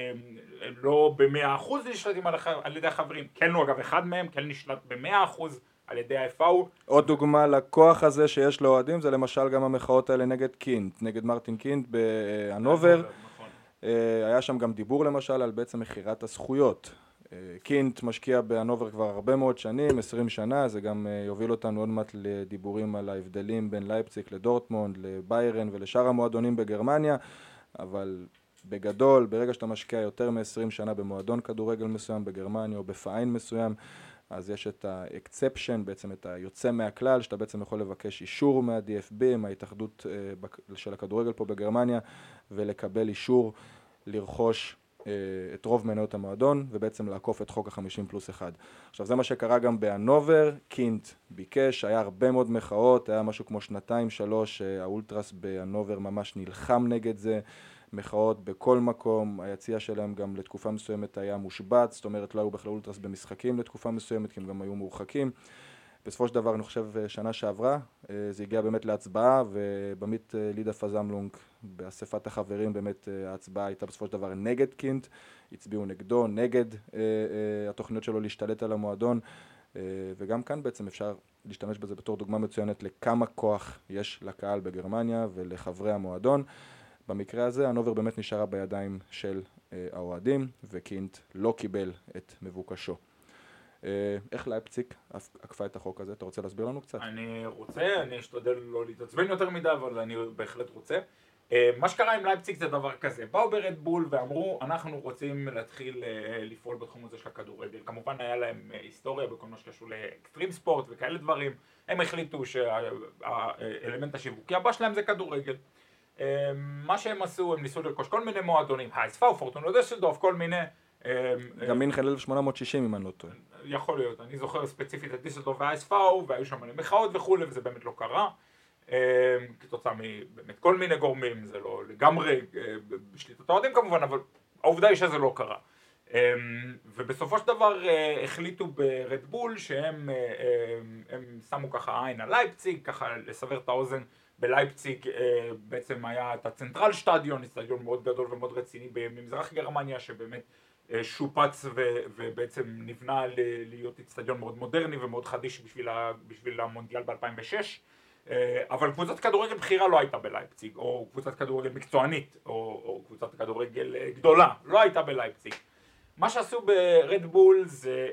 לא במאה אחוז נשלטים על ידי החברים, כן הוא אגב אחד מהם, כן נשלט במאה אחוז על ידי ה-אף איי. עוד דוגמה לכוח הזה שיש לאוהדים, זה למשל גם המחאות האלה נגד קינט, נגד מרטין קינט בהנובר, היה שם גם דיבור למשל על בעצם מחירת הזכויות. קינט משקיע בהנובר כבר הרבה מאוד שנים, עשרים שנה, זה גם יוביל אותנו עוד מעט לדיבורים על ההבדלים בין לייפציג לדורטמונד, לביירן ולשאר המועדונים בגרמניה, אבל בגדול, ברגע שאתה משקיע יותר מ-עשרים שנה במועדון כדורגל מסוים בגרמניה או בפיין מסוים, אז יש את ה-exception, בעצם את היוצא מהכלל, שאתה בעצם יכול לבקש אישור מה-די אף בי, מההתאחדות של הכדורגל פה בגרמניה, ולקבל אישור לרכוש את רוב מניות המועדון, ובעצם לעקוף את חוק ה-חמישים פלוס אחד. עכשיו זה מה שקרה גם בהנובר, קינט ביקש, היה הרבה מאוד מחאות, היה משהו כמו שנתיים, שלוש, האולטרס בהנובר ממש נלחם נגד זה, מחאות בכל מקום, היציאה שלהם גם לתקופה מסוימת היה מושבת, זאת אומרת לא היו בכלל אולטרס במשחקים לתקופה מסוימת, כי הם גם היו מורחקים. בסופו של דבר אני חושב שנה שעברה, זה הגיע באמת להצבעה, ובאמת לידה פזמלונג באספת החברים, באמת ההצבעה הייתה בסופו של דבר נגד קינט, הצביעו נגדו, נגד התוכניות שלו להשתלט על המועדון, וגם כאן בעצם אפשר להשתמש בזה בתור דוגמה מצוינת לכמה כוח יש לקהל בגרמניה ולחברי המועדון. במקרה הזה הנובר באמת נשארה בידיים של האוהדים, וקינט לא קיבל את מבוקשו. איך לייפציג עקפה את החוק הזה? אתה רוצה להסביר לנו קצת? אני רוצה, אני אשתדל לא להתעצבן יותר מדי, אבל אני בהחלט רוצה. מה שקרה עם לייפציג זה דבר כזה, באו ברד בול ואמרו אנחנו רוצים להתחיל לפעול בתחום הזה של הכדורגל, כמובן היה להם היסטוריה בכל מה שקשור לאקסטרים ספורט וכאלה דברים, הם החליטו שהאלמנט השיווקי הבא שלהם זה כדורגל. מה שהם עשו, הם ניסו לרכוש כל מיני מועדונים, האספאו, פורטונו דסלדורף, כל מיני. גם מינכן אלף שמונה מאות שישים אם אני לא טועה. יכול להיות, אני זוכר ספציפית את דיסלדורף והאספאו, והיו שם מחאות וכו', וזה באמת לא קרה. כתוצאה מבאמת כל מיני גורמים, זה לא לגמרי בשליטת האוהדים כמובן, אבל העובדה היא שזה לא קרה. ובסופו של דבר החליטו ברד בול שהם הם שמו ככה עין על לייפציג, ככה לסבר את האוזן. בלייפציג בעצם היה את הצנטרל שטדיון, סטדיון מאוד גדול ומאוד רציני במזרח גרמניה, שבאמת שופץ ובעצם נבנה להיות סטדיון מאוד מודרני ומאוד חדיש בשביל, בשביל המונדיאל ב-אלפיים ושש. אבל קבוצת כדורגל בחירה לא הייתה בלייפציג, או קבוצת כדורגל מקצוענית, או, או קבוצת כדורגל גדולה, לא הייתה בלייפציג. מה שעשו ברד בול זה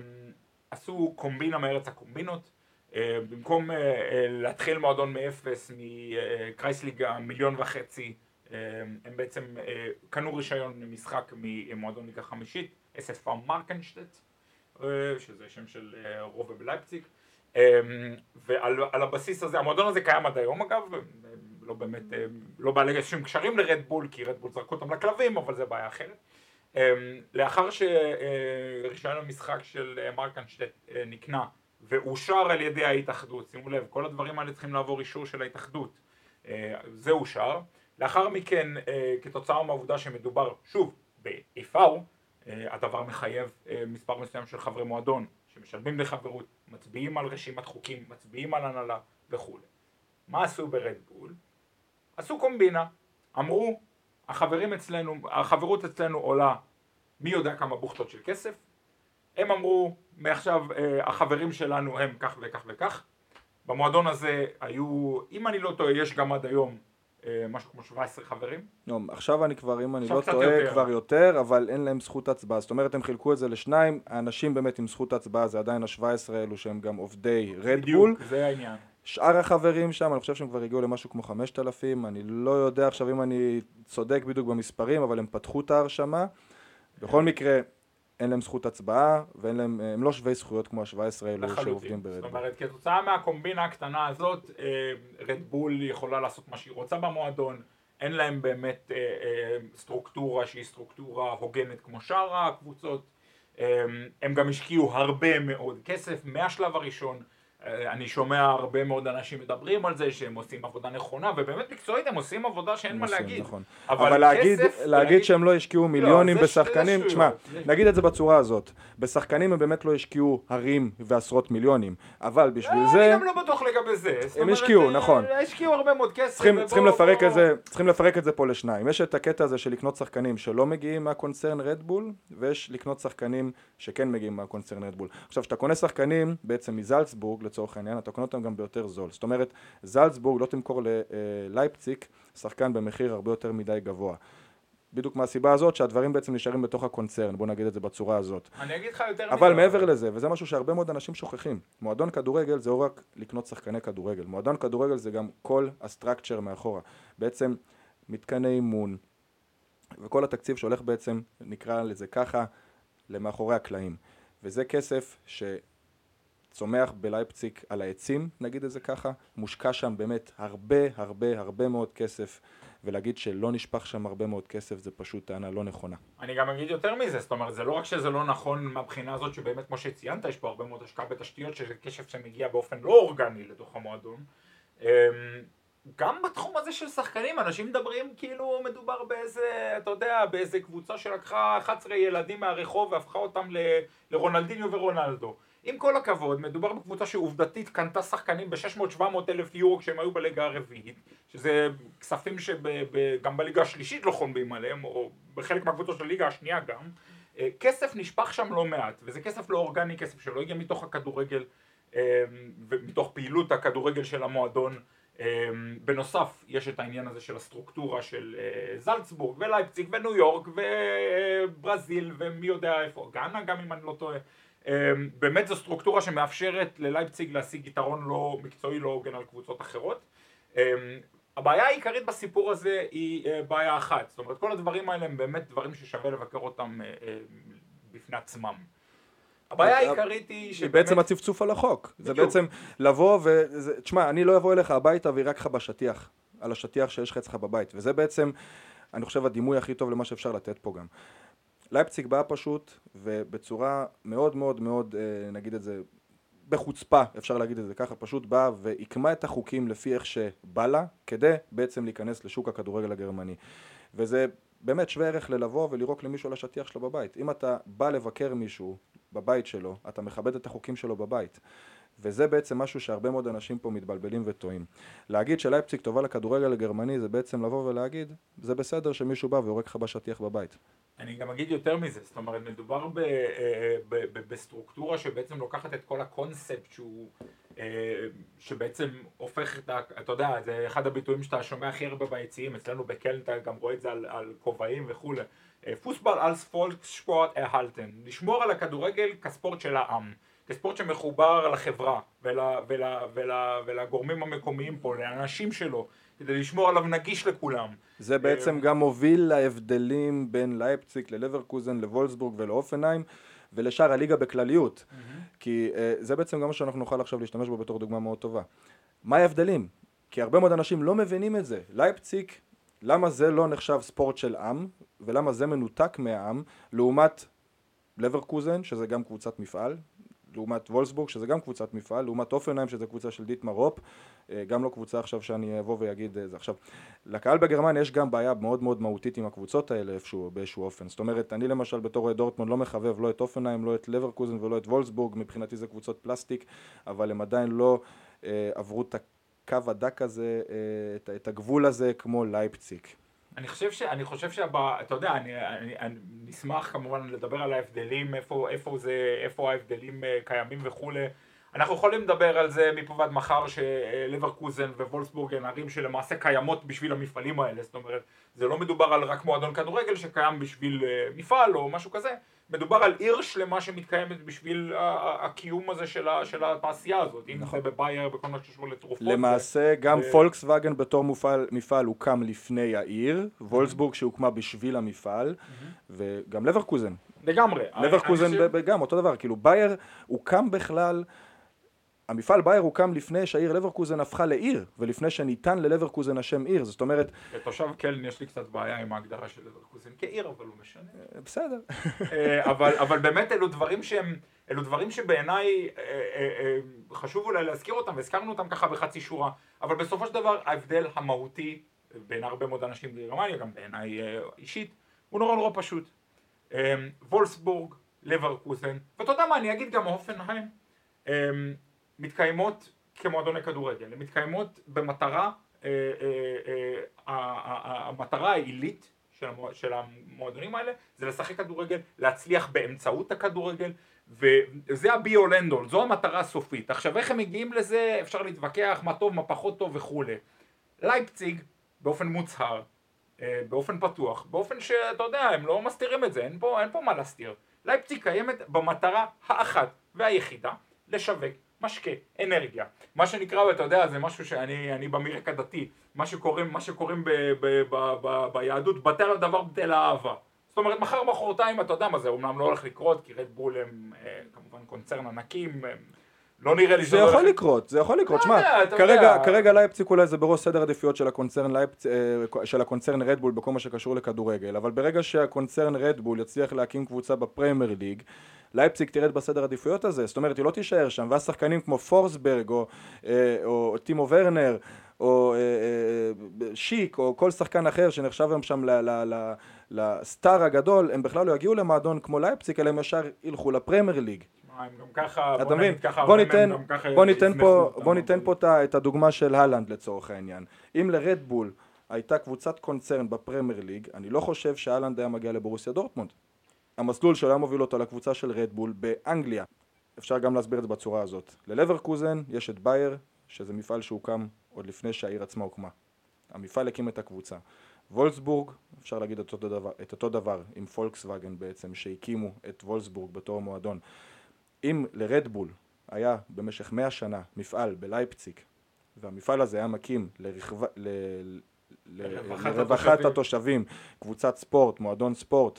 עשו קומבינה מארץ הקומבינות, במקום להתחיל מועדון מאפס מקרייסליגה מיליון וחצי, הם בעצם קנו רישיון משחק ממועדון ליגה חמישית, אס אס וי מרקנשטט, שזה שם של רובה בלייפציג, ועל הבסיס הזה, המועדון הזה קיים עד היום אגב, לא באמת, לא בעלי שום קשרים לרד בול, כי רד בול זרקו אותם לכלבים, אבל זה בעיה אחרת. לאחר שרישיון המשחק של מרקנשטט נקנה, ואושר על ידי ההתאחדות, שימו לב, כל הדברים האלה צריכים לעבור אישור של ההתאחדות, זה אושר. לאחר מכן, כתוצאה מהעובדה שמדובר, שוב, ב-אף איי, הדבר מחייב מספר מסוים של חברי מועדון, שמשלמים לחברות, מצביעים על רשימת חוקים, מצביעים על הנהלה וכו'. מה עשו ברד בול? עשו קומבינה, אמרו, החברים אצלנו, החברות אצלנו עולה מי יודע כמה בוכטות של כסף, הם אמרו, מעכשיו החברים שלנו הם כך וכך וכך. במועדון הזה היו, אם אני לא טועה, יש גם עד היום משהו כמו שבע עשרה חברים. לא, עכשיו אני כבר, אם אני לא טועה, כבר יותר, אבל אין להם זכות הצבעה. זאת אומרת, הם חילקו את זה לשניים, האנשים באמת עם זכות הצבעה, זה עדיין ה-שבע עשרה אלו שהם גם עובדי רד בול. בדיוק, זה העניין. שאר החברים שם, אני חושב שהם כבר הגיעו למשהו כמו חמשת אלפים, אני לא יודע עכשיו אם אני צודק בדיוק במספרים, אבל הם פתחו את ההרשמה. בכל מקרה, אין להם זכות הצבעה, ואין להם, הם לא שווי זכויות כמו ה-שבע עשרה האלו שעובדים ברדבול. זאת אומרת, כתוצאה מהקומבינה הקטנה הזאת, רדבול יכולה לעשות מה שהיא רוצה במועדון, אין להם באמת סטרוקטורה שהיא סטרוקטורה הוגנת כמו שאר הקבוצות, הם גם השקיעו הרבה מאוד כסף מהשלב הראשון, אני שומע הרבה מאוד אנשים מדברים על זה שהם עושים עבודה נכונה, ובאמת מקצועית הם עושים עבודה שאין מה להגיד. נכון. אבל להגיד, להגיד שהם לא השקיעו מיליונים בשחקנים, תשמע, נגיד את זה בצורה הזאת, בשחקנים הם באמת לא השקיעו הרים ועשרות מיליונים, אבל בשביל זה... אני גם לא בטוח לגבי זה. הם השקיעו, נכון. השקיעו הרבה מאוד כסף. צריכים לפרק את זה, צריכים לפרק את זה פה לשניים. יש את הקטע הזה של לקנות שחקנים שלא מגיעים מהקונצרן רדבול, ויש לקנות שחקנים שכן מגיעים מהקונצרן רדבול. עכשיו, שאתה קונה שחקנים בעצם מזלצבורג לצורך העניין, אתה קונה אותם גם ביותר זול. זאת אומרת, זלצבורג לא תמכור ללייפציג שחקן במחיר הרבה יותר מדי גבוה. בדיוק מהסיבה הזאת שהדברים בעצם נשארים בתוך הקונצרן, בוא נגיד את זה בצורה הזאת. אני אגיד לך יותר אבל מעבר לזה, וזה משהו שהרבה מאוד אנשים שוכחים, מועדון כדורגל זה לא רק לקנות שחקני כדורגל, מועדון כדורגל זה גם כל הסטרקצ'ר מאחורה. בעצם מתקני אימון, וכל התקציב שהולך בעצם, נקרא לזה ככה, למאחורי הקלעים. וזה כסף ש... צומח בלייפציג על העצים, נגיד את זה ככה, מושקע שם באמת הרבה הרבה הרבה מאוד כסף, ולהגיד שלא נשפך שם הרבה מאוד כסף זה פשוט טענה לא נכונה. אני גם אגיד יותר מזה, זאת אומרת, זה לא רק שזה לא נכון מהבחינה הזאת שבאמת כמו שציינת, יש פה הרבה מאוד השקעה בתשתיות שזה כסף שמגיע באופן לא אורגני לתוך המועדון. גם בתחום הזה של שחקנים, אנשים מדברים כאילו מדובר באיזה, אתה יודע, באיזה קבוצה שלקחה אחת עשרה ילדים מהרחוב והפכה אותם לרונלדיניו ורונלדו. עם כל הכבוד, מדובר בקבוצה שעובדתית קנתה שחקנים ב-שש מאות שבע מאות אלף יורו כשהם היו בליגה הרביעית, שזה כספים שגם בליגה השלישית לא חונבים עליהם, או בחלק מהקבוצות של הליגה השנייה גם. כסף נשפך שם לא מעט, וזה כסף לא אורגני, כסף שלא הגיע מתוך הכדורגל, ומתוך פעילות הכדורגל של המועדון. בנוסף, יש את העניין הזה של הסטרוקטורה של זלצבורג ולייפציג וניו יורק וברזיל ומי יודע איפה, גאנה גם אם אני לא טועה. באמת זו סטרוקטורה שמאפשרת ללייפציג להשיג יתרון לא מקצועי לא הוגן על קבוצות אחרות. הבעיה העיקרית בסיפור הזה היא בעיה אחת, זאת אומרת כל הדברים האלה הם באמת דברים ששווה לבקר אותם בפני עצמם. הבעיה העיקרית היא שבאמת... בעצם הצפצוף על החוק, זה בעצם לבוא ו... תשמע, אני לא אבוא אליך הביתה וירק לך בשטיח, על השטיח שיש לך אצלך בבית, וזה בעצם, אני חושב, הדימוי הכי טוב למה שאפשר לתת פה גם. לייפציג באה פשוט, ובצורה מאוד מאוד מאוד, נגיד את זה, בחוצפה, אפשר להגיד את זה ככה, פשוט באה והקמה את החוקים לפי איך שבא לה, כדי בעצם להיכנס לשוק הכדורגל הגרמני. וזה באמת שווה ערך ללבוא ולירוק למישהו על השטיח שלו בבית. אם אתה בא לבקר מישהו בבית שלו, אתה מכבד את החוקים שלו בבית. וזה בעצם משהו שהרבה מאוד אנשים פה מתבלבלים וטועים. להגיד שלייפציג טובה לכדורגל הגרמני זה בעצם לבוא ולהגיד, זה בסדר שמישהו בא ויורק לך בשטיח בבית. אני גם אגיד יותר מזה, זאת אומרת, מדובר בסטרוקטורה שבעצם לוקחת את כל הקונספט שהוא, שבעצם הופך את, אתה יודע, זה אחד הביטויים שאתה שומע הכי הרבה ביציעים, אצלנו בקלן אתה גם רואה את זה על, על כובעים וכו'. פוסבל אלס פולקספורט erhalten, לשמור על הכדורגל כספורט של העם. כספורט שמחובר לחברה ול, ול, ול, ולגורמים המקומיים פה, לאנשים שלו, כדי לשמור עליו נגיש לכולם. זה בעצם גם מוביל להבדלים בין לייפציג ללברקוזן, לוולסבורג ולאופנהיים, ולשאר הליגה בכלליות. כי זה בעצם גם מה שאנחנו נוכל עכשיו להשתמש בו בתור דוגמה מאוד טובה. מה ההבדלים? כי הרבה מאוד אנשים לא מבינים את זה. לייפציג, למה זה לא נחשב ספורט של עם, ולמה זה מנותק מהעם, לעומת לברקוזן, שזה גם קבוצת מפעל, לעומת וולסבורג, שזה גם קבוצת מפעל, לעומת אופנהיים, שזה קבוצה של דיטמר רופ, גם לא קבוצה עכשיו שאני אבוא ויגיד זה. עכשיו, לקהל בגרמניה יש גם בעיה מאוד מאוד מהותית עם הקבוצות האלה איפשהו, באיזשהו אופן. זאת אומרת, אני למשל בתור דורטמונד לא מחבב לא את אופנהיים, לא את לברקוזן ולא את וולסבורג, מבחינתי זה קבוצות פלסטיק, אבל הם עדיין לא אה, עברו את הקו הדק הזה, אה, את, את הגבול הזה כמו לייפציג. אני חושב ש, אני חושב שהבא, אתה יודע, אני, אני, אני נשמח כמובן לדבר על ההבדלים, איפה, איפה זה, איפה ההבדלים קיימים וכולי. אנחנו יכולים לדבר על זה מפה ועד מחר שלברקוזן ווולסבורג הן ערים שלמעשה קיימות בשביל המפעלים האלה. זאת אומרת, זה לא מדובר על רק מועדון כדורגל שקיים בשביל מפעל או משהו כזה. מדובר על עיר שלמה שמתקיימת בשביל הקיום הזה של התעשייה הזאת, אם זה בבייר, בכל מה שקשור לתרופות. למעשה גם פולקסווגן בתור מפעל הוקם לפני העיר, וולסבורג שהוקמה בשביל המפעל, וגם לברקוזן. לגמרי. לברקוזן גם אותו דבר, כאילו בייר הוא קם בכלל, המפעל בייר הוקם לפני שהעיר לברקוזן הפכה לעיר, ולפני שניתן ללברקוזן השם עיר, זאת אומרת... לתושב קלן יש לי קצת בעיה עם ההגדרה של לברקוזן כעיר, אבל הוא משנה. בסדר. אבל, אבל באמת אלו דברים שהם, אלו דברים שבעיניי חשוב אולי להזכיר אותם, והזכרנו אותם ככה בחצי שורה, אבל בסופו של דבר ההבדל המהותי בין הרבה מאוד אנשים בגרמניה, גם בעיניי אישית, הוא נורא נורא פשוט. וולסבורג, לברקוזן, ואתה יודע מה, אני אגיד גם הופנהיים, מתקיימות כמועדוני כדורגל, הן מתקיימות במטרה, המטרה העילית של המועדונים האלה, זה לשחק כדורגל, להצליח באמצעות הכדורגל, וזה הבי אול אנד אול, זו המטרה הסופית. עכשיו איך הם מגיעים לזה, אפשר להתווכח מה טוב, מה פחות טוב וכו'. לייפציג, באופן מוצהר, באופן פתוח, באופן שאתה יודע, הם לא מסתירים את זה, אין פה, אין פה מה להסתיר. לייפציג קיימת במטרה האחת והיחידה, לשווק משקה, אנרגיה. מה שנקרא, אתה יודע, זה משהו שאני אני במרק הדתי, מה שקוראים, מה שקוראים ב, ב, ב, ב, ביהדות, בטל הדבר בטל האהבה. זאת אומרת, מחר מחרתיים, אתה יודע מה זה, אומנם לא הולך לקרות, כי רדבול הם כמובן קונצרן ענקים, הם לא נראה לי זה יכול לקרות, זה יכול לקרות, שמע, כרגע לייפציג אולי זה בראש סדר עדיפויות של הקונצרן רדבול בכל מה שקשור לכדורגל, אבל ברגע שהקונצרן רדבול יצליח להקים קבוצה בפרמייר ליג, לייפציג תרד בסדר עדיפויות הזה, זאת אומרת היא לא תישאר שם, והשחקנים כמו פורסברג או טימו ורנר או שיק או כל שחקן אחר שנחשב היום שם לסטאר הגדול, הם בכלל לא יגיעו למועדון כמו לייפציג, אלא הם ישר ילכו לפרמייר ליג. הם גם ככה, בוא נגיד ככה, בוא ניתן, בוא ניתן פה, בוא ניתן פה את הדוגמה של הלנד לצורך העניין. אם לרדבול הייתה קבוצת קונצרן בפרמייר ליג, אני לא חושב שהלנד היה מגיע לבורוסיה דורטמונד. המסלול שלו היה מוביל אותו לקבוצה של רדבול באנגליה. אפשר גם להסביר את זה בצורה הזאת. ללברקוזן יש את בייר, שזה מפעל שהוקם עוד לפני שהעיר עצמה הוקמה. המפעל הקים את הקבוצה. וולסבורג, אפשר להגיד את אותו דבר, את אותו דבר עם פולקסווגן בעצם, שהקימו את וולסבורג בתור מועדון. אם לרדבול היה במשך מאה שנה מפעל בלייפציג, והמפעל הזה היה מקים לרחב... ל... לרווחת, לרווחת התושבים, קבוצת ספורט, מועדון ספורט,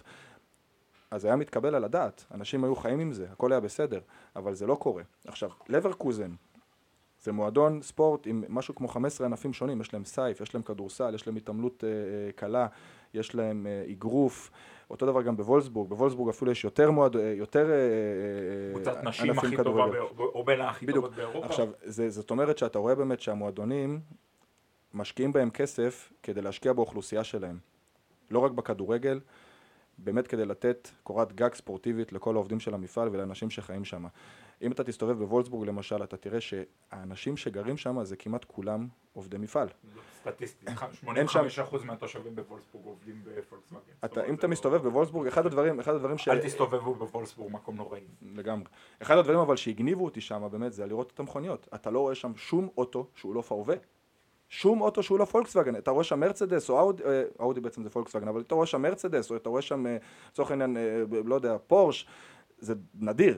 אז היה מתקבל על הדעת, אנשים היו חיים עם זה, הכל היה בסדר, אבל זה לא קורה. עכשיו, לברקוזן זה מועדון ספורט עם משהו כמו חמישה עשר ענפים שונים, יש להם סייף, יש להם כדורסל, יש להם התעמלות אה, אה, קלה, יש להם אה, אגרוף, אותו דבר גם בוולסבורג, בוולסבורג אפילו יש יותר מועד, יותר קבוצת נשים הכי טובה, או בין הכי טובות באירופה. עכשיו, זה, זאת אומרת שאתה רואה באמת שהמועדונים משקיעים בהם כסף כדי להשקיע באוכלוסייה שלהם, לא רק בכדורגל, באמת כדי לתת קורת גג ספורטיבית לכל העובדים של המפעל ולאנשים שחיים שם. אם אתה תסתובב בוולסבורג למשל, אתה תראה שהאנשים שגרים שם זה כמעט כולם עובדי מפעל. סטטיסטית, שמונים וחמישה אחוז מהתושבים בוולסבורג עובדים בפולקסווגן. אם אתה מסתובב בוולסבורג, אחד הדברים, אחד הדברים ש... אל תסתובבו בוולסבורג, מקום נוראי. לגמרי. אחד הדברים אבל שהגניבו אותי שם באמת זה לראות את המכוניות. אתה לא רואה שם שום אוטו שהוא לא פאובה. שום אוטו שהוא לא פולקסווגן, אתה רואה שם מרצדס או אאודי, אאודי בעצם זה פולקסווגן, אבל אתה רואה שם מרצדס או אתה רואה שם, לצורך העניין, לא יודע, פורש, זה נדיר.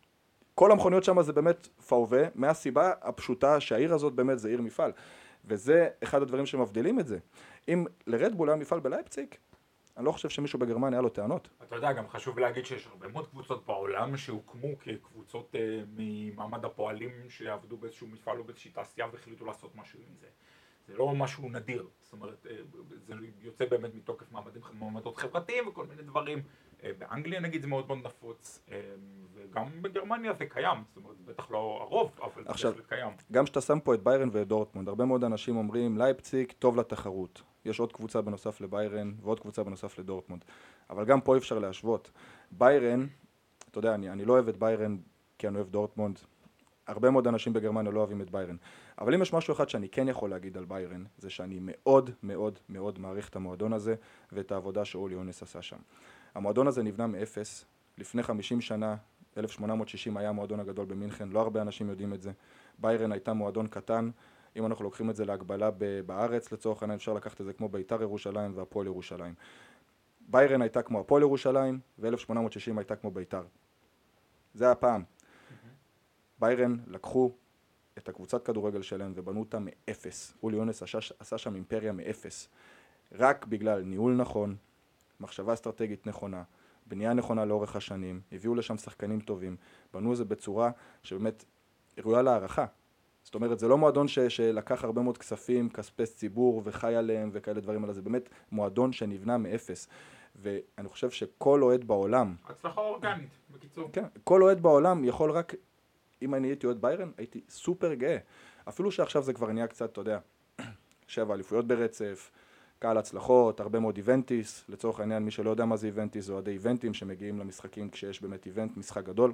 כל המכוניות שם זה באמת פאובה, מהסיבה הפשוטה שהעיר הזאת באמת זה עיר מפעל, וזה אחד הדברים שמבדילים את זה. אם לרדבול היה מפעל בלייפציג, אני לא חושב שמישהו בגרמניה היה לו טענות. אתה יודע, גם חשוב להגיד שיש הרבה מאוד קבוצות בעולם שהוקמו כקבוצות אה, ממעמד הפועלים שעבדו באיזשהו מפעל או באיזושהי תעשייה והחליטו לעשות משהו עם זה. זה לא משהו נדיר, זאת אומרת, אה, זה יוצא באמת מתוקף מעמדים, מעמדות חברתיים וכל מיני דברים. אה, באנגליה נגיד זה מאוד מאוד נפוץ, אה, וגם בגרמניה זה קיים, זאת אומרת, בטח לא הרוב, אבל עכשיו, זה בהחלט קיים. גם שאתה שם פה את ביירן ואת דורטמונד, הרבה מאוד אנשים אומרים, לייפציג טוב לתחרות. יש עוד קבוצה בנוסף לביירן ועוד קבוצה בנוסף לדורטמונד. אבל גם פה אפשר להשוות. ביירן, אתה יודע, אני, אני לא אוהב את ביירן כי אני אוהב דורטמונד. הרבה מאוד אנשים בגרמניה לא אוהבים את ביירן. אבל אם יש משהו אחד שאני כן יכול להגיד על ביירן, זה שאני מאוד מאוד מאוד מעריך את המועדון הזה ואת העבודה שאולי יונס עשה שם. המועדון הזה נבנה מאפס. לפני חמישים שנה, אלף שמונה מאות שישים היה המועדון הגדול במינכן. לא הרבה אנשים יודעים את זה. ביירן הייתה מועדון קטן. אם אנחנו לוקחים את זה להגבלה בארץ, לצורך העניין אפשר לקחת את זה כמו בית"ר ירושלים והפועל ירושלים. ביירן הייתה כמו הפועל ירושלים, ו-אלף שמונה מאות שישים הייתה כמו בית"ר. זה היה פעם. ביירן לקחו את הקבוצת כדורגל שלהם ובנו אותה מאפס. אולי יונס עשה שם אימפריה מאפס. רק בגלל ניהול נכון, מחשבה אסטרטגית נכונה, בנייה נכונה לאורך השנים, הביאו לשם שחקנים טובים, בנו את זה בצורה שבאמת ראויה להערכה. זאת אומרת, זה לא מועדון ש, שלקח הרבה מאוד כספים, כספי ציבור וחי עליהם וכאלה דברים, אלא זה באמת מועדון שנבנה מאפס. ואני חושב שכל אוהד בעולם... הצלחה אורגנית, בקיצור. כן, כל אוהד בעולם יכול רק... אם אני הייתי אוהד ביירן, הייתי סופר גאה. אפילו שעכשיו זה כבר נהיה קצת, אתה יודע, שבע אליפויות ברצף, קהל הצלחות, הרבה מאוד איבנטיס. לצורך העניין, מי שלא יודע מה זה איבנטיס, זה אוהדי איבנטים שמגיעים למשחקים כשיש באמת איבנט, משחק גדול.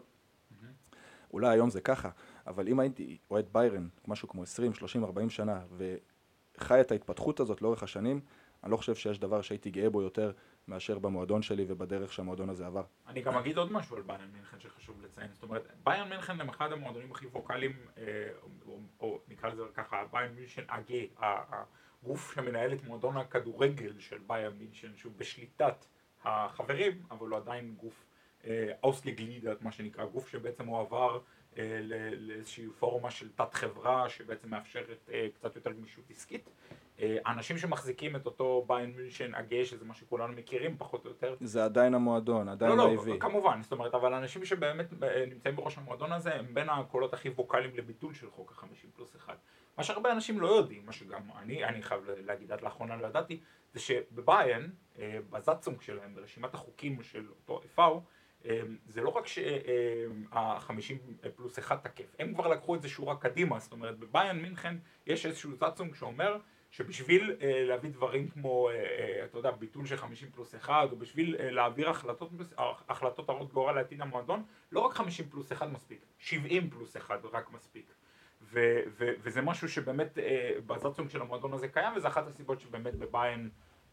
אולי היום זה ככה, אבל אם הייתי אוהד ביירן, משהו כמו עשרים, שלושים, ארבעים שנה, וחי את ההתפתחות הזאת לאורך השנים, אני לא חושב שיש דבר שהייתי גאה בו יותר מאשר במועדון שלי ובדרך שהמועדון הזה עבר. אני גם אגיד עוד משהו על ביירן מינכן שחשוב לציין. זאת אומרת, ביירן מינכן הם אחד המועדונים הכי ווקליים, או, או נקרא לזה ככה, ביירן מינכן אגי, הגוף שמנהל את מועדון הכדורגל של ביירן מינכן, שהוא בשליטת החברים, אבל הוא עדיין גוף אוסליגלידט, מה שנקרא, גוף שבעצם הוא עבר לאיזושהי פורמה של תת חברה שבעצם מאפשרת קצת יותר גמישות עסקית. האנשים שמחזיקים את אותו ביירן מינכן אגי, שזה מה שכולנו מכירים פחות או יותר. זה עדיין המועדון, עדיין לא, ה-איי וי. לא, כמובן, זאת אומרת, אבל האנשים שבאמת נמצאים בראש המועדון הזה, הם בין הקולות הכי ווקליים לביטול של חוק ה-חמישים פלוס אחד. מה שהרבה אנשים לא יודעים, מה שגם אני, אני חייב להגיד עד לאחרונה לא ידעתי, זה שבביירן, בזאצונג שלהם, ברשימת החוקים של אותו אף איי, זה לא רק שה-חמישים פלוס אחד תקף, הם כבר לקחו את זה שורה קדימה, זאת אומרת, בביירן מינכן יש איזשהו זאצונג שאומר שבשביל להביא דברים כמו, אתה יודע, ביטול של חמישים פלוס אחד, או בשביל להעביר החלטות, החלטות הרות גורל לעתיד המועדון, לא רק חמישים פלוס אחד מספיק, שבעים פלוס אחד רק מספיק. ו- ו- וזה משהו שבאמת בזאצונג של המועדון הזה קיים, וזה אחת הסיבות שבאמת בביירן,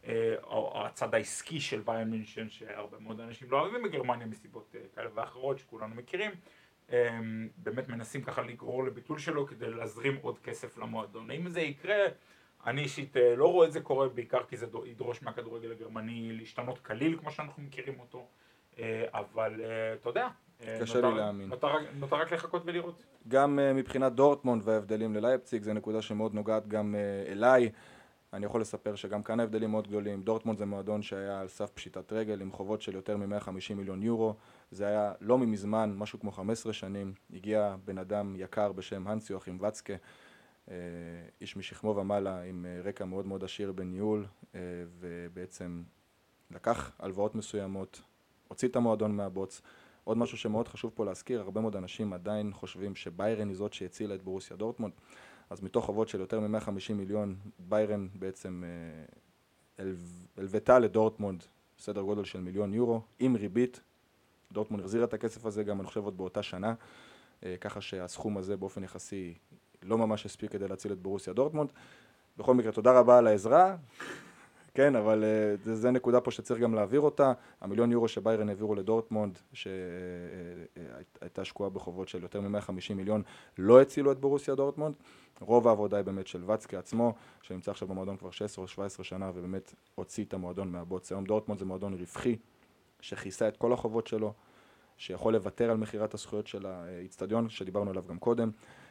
או הצד העסקי של ביירן מינכן, שהרבה מאוד אנשים לא אוהבים בגרמניה מסיבות כאלה ואחרות שכולנו מכירים, באמת מנסים ככה לגרור לביטול שלו כדי להזרים עוד כסף למועדון. אם זה יקרה, אני אישית לא רואה את זה קורה, בעיקר כי זה ידרוש מהכדורגל הגרמני להשתנות כליל כמו שאנחנו מכירים אותו, אבל אתה יודע, קשה לי להאמין. נותר, נותר רק לחכות ולראות. גם מבחינת דורטמונד וההבדלים ללייפציג, זה נקודה שמאוד נוגעת גם אליי. אני יכול לספר שגם כאן ההבדלים מאוד גדולים. דורטמונד זה מועדון שהיה על סף פשיטת רגל עם חובות של יותר מ-מאה וחמישים מיליון יורו. זה היה לא ממזמן, משהו כמו חמש עשרה שנים. הגיע בן אדם יקר בשם הנס יואכים ואצקה, איש משכמו ומעלה עם רקע מאוד מאוד עשיר בניהול, ובעצם לקח הלוואות מסוימות, הוציא את המועדון מהבוץ. עוד משהו שמאוד חשוב פה להזכיר, הרבה מאוד אנשים עדיין חושבים שביירן היא זאת שהצילה את בורוסיה דורטמונד. אז מתוך חובות של יותר מ-מאה וחמישים מיליון, ביירן בעצם הלוותה לדורטמונד סדר גודל של מיליון יורו, עם ריבית. דורטמונד החזירה את הכסף הזה גם, אני חושב, עוד באותה שנה, ככה שהסכום הזה באופן יחסי לא ממש הספיק כדי להציל את בורוסיה דורטמונד. בכל מקרה, תודה רבה על העזרה. כן, אבל זה, זה נקודה פה שצריך גם להעביר אותה. המיליון יורו שביירן העבירו לדורטמונד, שהייתה שקועה בחובות של יותר מ-מאה וחמישים מיליון, לא הצילו את בורוסיה דורטמונד. רוב העבודה היא באמת של ואצקה עצמו, שנמצא עכשיו במועדון כבר שש עשרה או שבע עשרה שנה, ובאמת הוציא את המועדון מהבוץ. היום דורטמונד זה מועדון רווחי, שכיסה את כל החובות שלו, שיכול לוותר על מחירת הזכויות של האצטדיון, שדיברנו עליו גם קודם,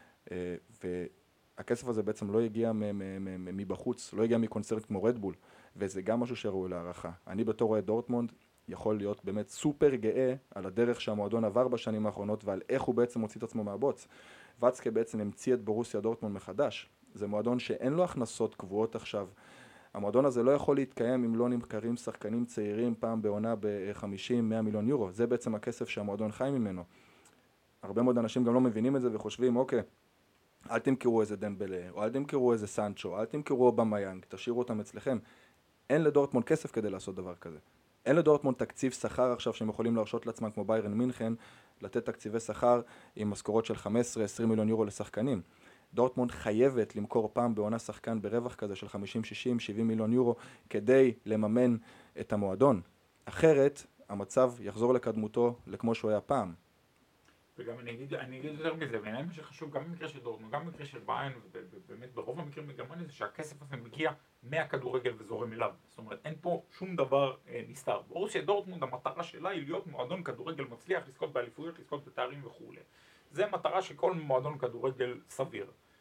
והכסף הזה בעצם לא הגיע מבחוץ, לא הגיע מקונצרט כמו רדבול, וזה גם משהו שראוי להערכה. אני בתור רואה דורטמונד יכול להיות באמת סופר גאה על הדרך שהמועדון עבר בשנים האחרונות ועל איך הוא בעצם הוציא את עצמו מהבוץ. ואצקה בעצם המציא את בורוסיה דורטמונד מחדש. זה מועדון שאין לו הכנסות קבועות עכשיו. המועדון הזה לא יכול להתקיים אם לא נמכרים שחקנים צעירים פעם בעונה ב-חמישים מאה מיליון יורו. זה בעצם הכסף שהמועדון חי ממנו. הרבה מאוד אנשים גם לא מבינים את זה וחושבים, אוקיי, אל תמכרו איזה דמבלה, או אל תמכרו איזה סנצ'ו, אל תמכרו אובמיאנג, תשאירו אותם אצלכם. אין לדורטמונד כסף כדי לעשות דבר כזה. אין לדורטמונד תקציב שכר עכשיו שהם יכולים להרשות לעצמם כמו ביירן מינכן, לתת תקציבי שכר עם משכורות של חמש עשרה עשרים מיליון יורו לשחקנים. דורטמונד חייבת למכור פעם בעונה שחקן ברווח כזה של חמישים שישים שבעים מיליון יורו כדי לממן את המועדון. אחרת המצב יחזור לקדמותו לכמו שהוא היה פעם. וגם אני אגיד, אני אגיד יותר מזה, בעיניי מה שחשוב גם במקרה של דורטמונד, גם במקרה של ביירן, ובאמת ברוב המקרים בגרמניה, זה שהכסף הזה מגיע מהכדורגל וזורם אליו. זאת אומרת, אין פה שום דבר אה, נסתר. ברור שדורטמונד, המטרה שלה היא להיות מועדון כדורגל מצליח, לזכות באליפויות, לזכות בתארים וכו'. זה מטרה שכל מועדון כדורגל סביר.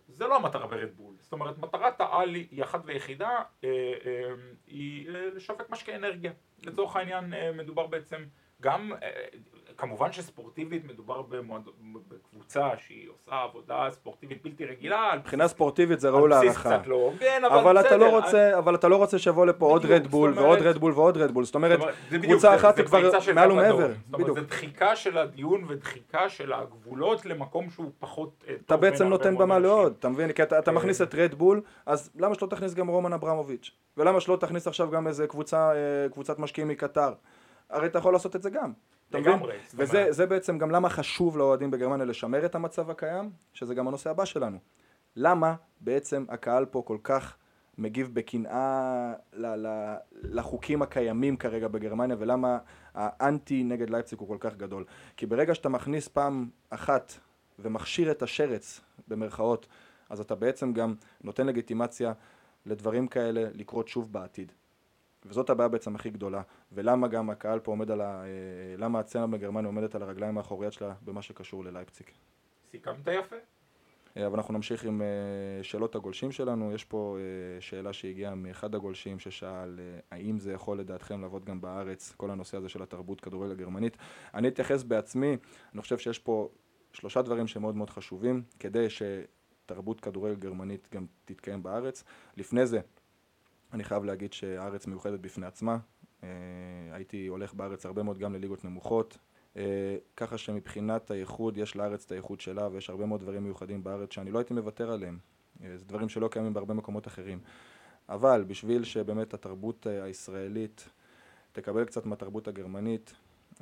זה לא המטרה ברדבול. זאת אומרת, מטרת העל היא אחת ויחידה, אה, אה, היא אה, לשווק משקי אנרגיה. לצורך העניין אה, מדובר בעצם גם, אה, כמובן שספורטיבית מדובר במועד, בקבוצה שהיא עושה עבודה ספורטיבית בלתי רגילה. מבחינה ספורטיבית זה ראוי להערכה. על בסיס קצת לא הוגן, אבל, אבל בסדר. אתה לא רוצה, אבל אתה לא רוצה שיבוא לפה עוד רדבול ועוד רדבול ועוד רדבול. זאת אומרת, קבוצה אחת היא כבר מעל ומעבר. זאת אומרת, זה דחיקה של הדיון ודחיקה של הגבולות למקום שהוא פחות טוב. אתה בעצם נותן במה לעוד, אתה מבין? כי אתה מכניס את רדבול, אז למה שלא תכניס גם רומן אברמוביץ'? ולמה שלא תכניס עכשיו גם איזה קבוצה, קבוצת משקיעים מקטר? הרי אתה יכול לעשות את זה גם. לגמרי. וזה זה בעצם גם למה חשוב לאוהדים בגרמניה לשמר את המצב הקיים, שזה גם הנושא הבא שלנו. למה בעצם הקהל פה כל כך מגיב בקנאה לחוקים הקיימים כרגע בגרמניה, ולמה האנטי נגד לייפציג הוא כל כך גדול? כי ברגע שאתה מכניס פעם אחת ומכשיר את השרץ במרכאות, אז אתה בעצם גם נותן לגיטימציה לדברים כאלה לקרות שוב בעתיד. וזאת הבעיה בעצם הכי גדולה, ולמה גם הקהל פה עומד על ה... למה הצצנה בגרמניה עומדת על הרגליים האחוריות שלה במה שקשור ללייפציג. סיכמת יפה. אבל אנחנו נמשיך עם שאלות הגולשים שלנו. יש פה שאלה שהגיעה מאחד הגולשים ששאל האם זה יכול לדעתכם לעבוד גם בארץ, כל הנושא הזה של התרבות כדורגל הגרמנית. אני אתייחס בעצמי, אני חושב שיש פה שלושה דברים שמאוד מאוד חשובים כדי שתרבות כדורגל גרמנית גם תתקיים בארץ. לפני זה אני חייב להגיד שהארץ מיוחדת בפני עצמה. הייתי הולך בארץ הרבה מאוד גם לליגות נמוכות, ככה שמבחינת הייחוד יש לארץ את הייחוד שלה, ויש הרבה מאוד דברים מיוחדים בארץ שאני לא הייתי מוותר עליהם. זה דברים שלא קיימים בהרבה מקומות אחרים. אבל בשביל שבאמת התרבות הישראלית תקבל קצת מהתרבות הגרמנית,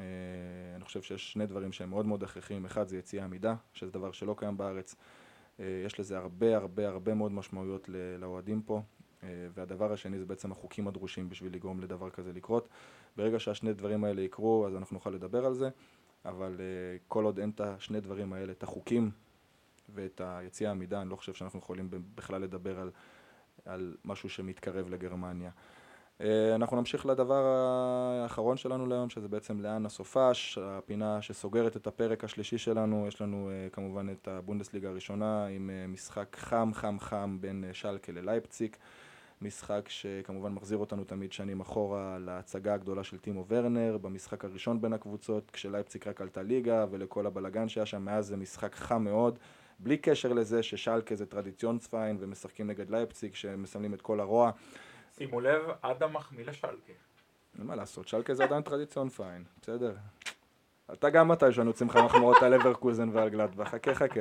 אני חושב שיש שני דברים שהם מאוד מאוד הכרחיים. אחד זה יציאה עמידה, שזה דבר שלא קיים בארץ. יש לזה הרבה הרבה הרבה מאוד משמעויות לאוהדים פה. והדבר השני זה בעצם החוקים הדרושים בשביל לגרום לדבר כזה לקרות. ברגע שהשני דברים האלה יקרו, אז אנחנו נוכל לדבר על זה, אבל uh, כל עוד אין את השני דברים האלה, את החוקים ואת היציאה העמידה, אני לא חושב שאנחנו יכולים בכלל לדבר על, על משהו שמתקרב לגרמניה. Uh, אנחנו נמשיך לדבר האחרון שלנו להיום, שזה בעצם לאן הסופש, הפינה שסוגרת את הפרק השלישי שלנו. יש לנו uh, כמובן את הבונדסליגה הראשונה עם uh, משחק חם חם חם בין uh, שלקה ללייפציג. משחק שכמובן מחזיר אותנו תמיד שנים אחורה להצגה הגדולה של טימו ורנר, במשחק הראשון בין הקבוצות, כשלייפציג רק עלתה ליגה, ולכל הבלגן שהיה שם. מאז זה משחק חם מאוד, בלי קשר לזה ששלקה זה טרדיציונספיין ומשחקים נגד לייפציג שמסמלים את כל הרוע. שימו לב, אדם מחמיא לשלקה. מה לעשות, שלקה זה עדיין טרדיציונפיין, בסדר. אתה גם מתי שאני יוצאים לך מחמאות על אברקוזן ועל גלדבך, חכה חכה.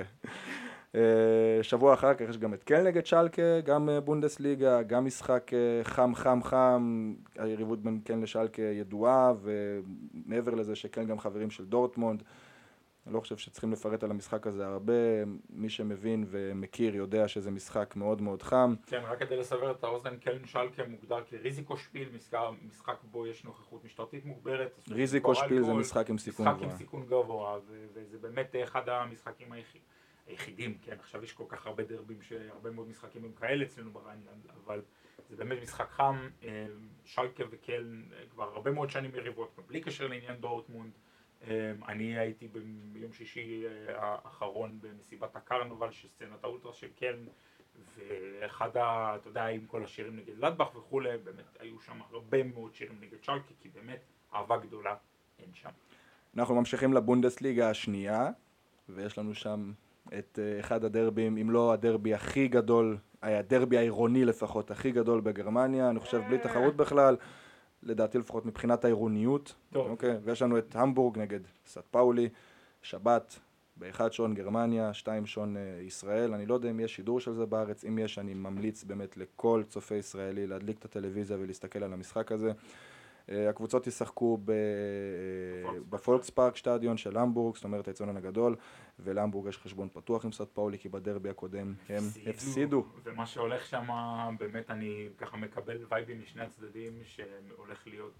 שבוע אחר כך יש גם את קל נגד שלקה, גם בונדסליגה, גם משחק חם חם חם. היריבות בין קל לשלקה ידועה, ומעבר לזה שקל גם חברים של דורטמונד. אני לא חושב שצריכים לפרט על המשחק הזה הרבה, מי שמבין ומכיר יודע שזה משחק מאוד מאוד חם. כן, רק כדי לסבר את האוזן, קלן שלקה מוגדר כריזיקו שפיל, משחק בו יש נוכחות משטרתית מוגברת. ריזיקו שפיל זה משחק עם סיכון גבוה. משחק עם סיכון גבוה, וזה באמת אחד המשחקים היחידים, כן, עכשיו יש כל כך הרבה דרבים שהרבה מאוד משחקים הם כאלה אצלנו בריינלנד, אבל זה באמת משחק חם. שלקה וקלן כבר הרבה מאוד שנים יריבות, בלי קשר לעניין דורטמונד. אני הייתי ביום שישי האחרון במסיבת הקרנבל של סצנת האולטרה של קלן, ואחד ה... אתה יודע, עם כל השירים נגד גלדבך וכו', באמת היו שם הרבה מאוד שירים נגד שלקה, כי באמת אהבה גדולה אין שם. אנחנו ממשיכים לבונדסליגה השנייה, ויש לנו שם את אחד הדרבים, אם לא הדרבי הכי גדול, הדרבי העירוני לפחות, הכי גדול בגרמניה, אני חושב בלי תחרות בכלל. לדעתי לפחות מבחינת העירוניות. אוקיי, ויש לנו את המבורג נגד סט פאולי, שבת, באחד שעון גרמניה, שתיים שעון ישראל. אני לא יודע אם יש שידור של זה בארץ, אם יש אני ממליץ באמת לכל צופה ישראלי להדליק את הטלוויזיה ולהסתכל על המשחק הזה. הקבוצות ישחקו בפולקספארק שטדיון של המבורג, זאת אומרת האצטדיון הגדול, ולהמבורג יש חשבון פתוח עם סט פאולי, כי בדרבי הקודם הם הפסידו. ומה שהולך שם, באמת אני ככה מקבל וייבים משני הצדדים, שהולך להיות,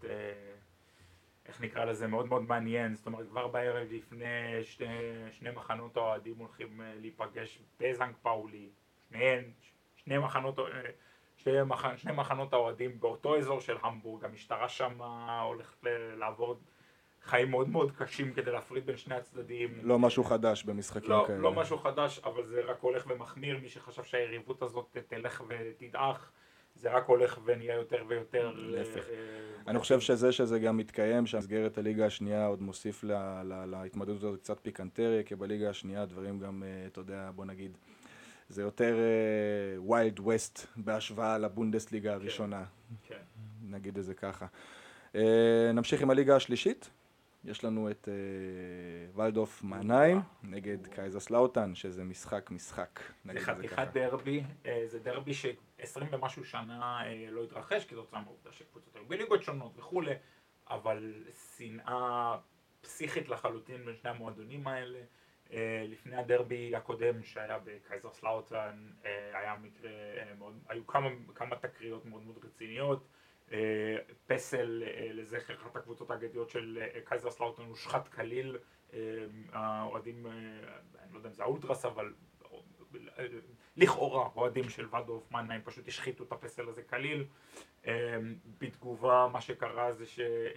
איך נקרא לזה, מאוד מאוד מעניין. זאת אומרת, כבר בערב לפני שני, שני מחנות האוהדים הולכים להיפגש בזנק פאולי, שניהם, שני מחנות שני, מח... שני מחנות האוהדים באותו אזור של המבורג. המשטרה שם הולכת לעבור חיים מאוד מאוד קשים כדי להפריד בין שני הצדדים. לא משהו חדש במשחקים לא, כאלה. לא משהו חדש, אבל זה רק הולך ומחמיר. מי שחשב שהיריבות הזאת תלך ותדעך, זה רק הולך ונהיה יותר ויותר... להפך. אני חושב שזה שזה גם מתקיים, שהמסגרת הליגה השנייה עוד מוסיף להתמודדות הזאת קצת פיקנטריה, כי בליגה השנייה דברים גם, אתה יודע, בוא נגיד, זה יותר ווילד ווסט בהשוואה לבונדסליגה הראשונה. כן. נגיד את זה ככה. נמשיך עם הליגה השלישית. יש לנו את ולדורף מנהיים נגד קייזרסלאוטן, שזה משחק משחק. זה חתיכת דרבי, זה דרבי ש-עשרים ומשהו שנה לא התרחש, כתוצאה מהעובדה שקבוצות היו בליגות שונות וכולי, אבל שנאה פסיכית לחלוטין בין שני המועדונים האלה. לפני הדרבי הקודם שהיה בקייזרסלאוטן, היה מקרה מאוד, היו כמה, כמה תקריות מאוד מאוד רציניות. פסל לזכר אחת הקבוצות האגדיות של קייזרסלאוטן הושחת כליל. האוהדים, אני לא יודע אם זה האולטרס, אבל לכאורה אוהדים של ולדורף מנהיים פשוט השחיתו את הפסל הזה כליל. בתגובה מה שקרה זה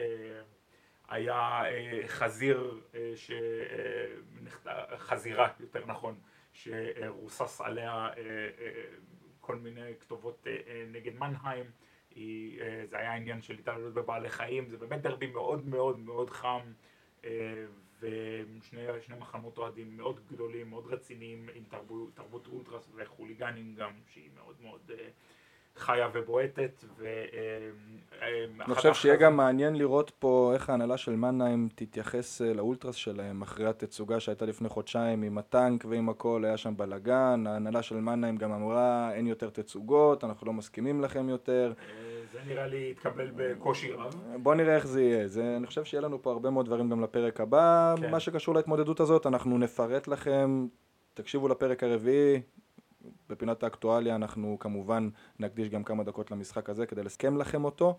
שהיה חזיר, חזירה יותר נכון, שרוסס עליה כל מיני כתובות נגד מנהיים. זה היה עניין של התעללות בבעלי חיים. זה באמת דרבי מאוד מאוד מאוד חם, ושני מחנות אוהדים מאוד גדולים, מאוד רציניים, עם תרבות, תרבות אולטרס וחוליגנים גם, שהיא מאוד מאוד חיה ובועטת. אני חושב שיהיה גם מעניין לראות פה איך ההנהלה של מנהיים תתייחס לאולטרס שלהם אחרי התצוגה שהייתה לפני חודשיים עם הטנק ועם הכל, היה שם בלגן. ההנהלה של מנהיים גם אמרה אין יותר תצוגות, אנחנו לא מסכימים לכם יותר. זה נראה לי התקבל בקושי רב. בוא נראה איך זה יהיה. זה, אני חושב שיהיה לנו פה הרבה מאוד דברים גם לפרק הבא. כן. מה שקשור להתמודדות הזאת, אנחנו נפרט לכם. תקשיבו לפרק הרביעי. בפינת האקטואליה אנחנו כמובן נקדיש גם כמה דקות למשחק הזה כדי לסכם לכם אותו.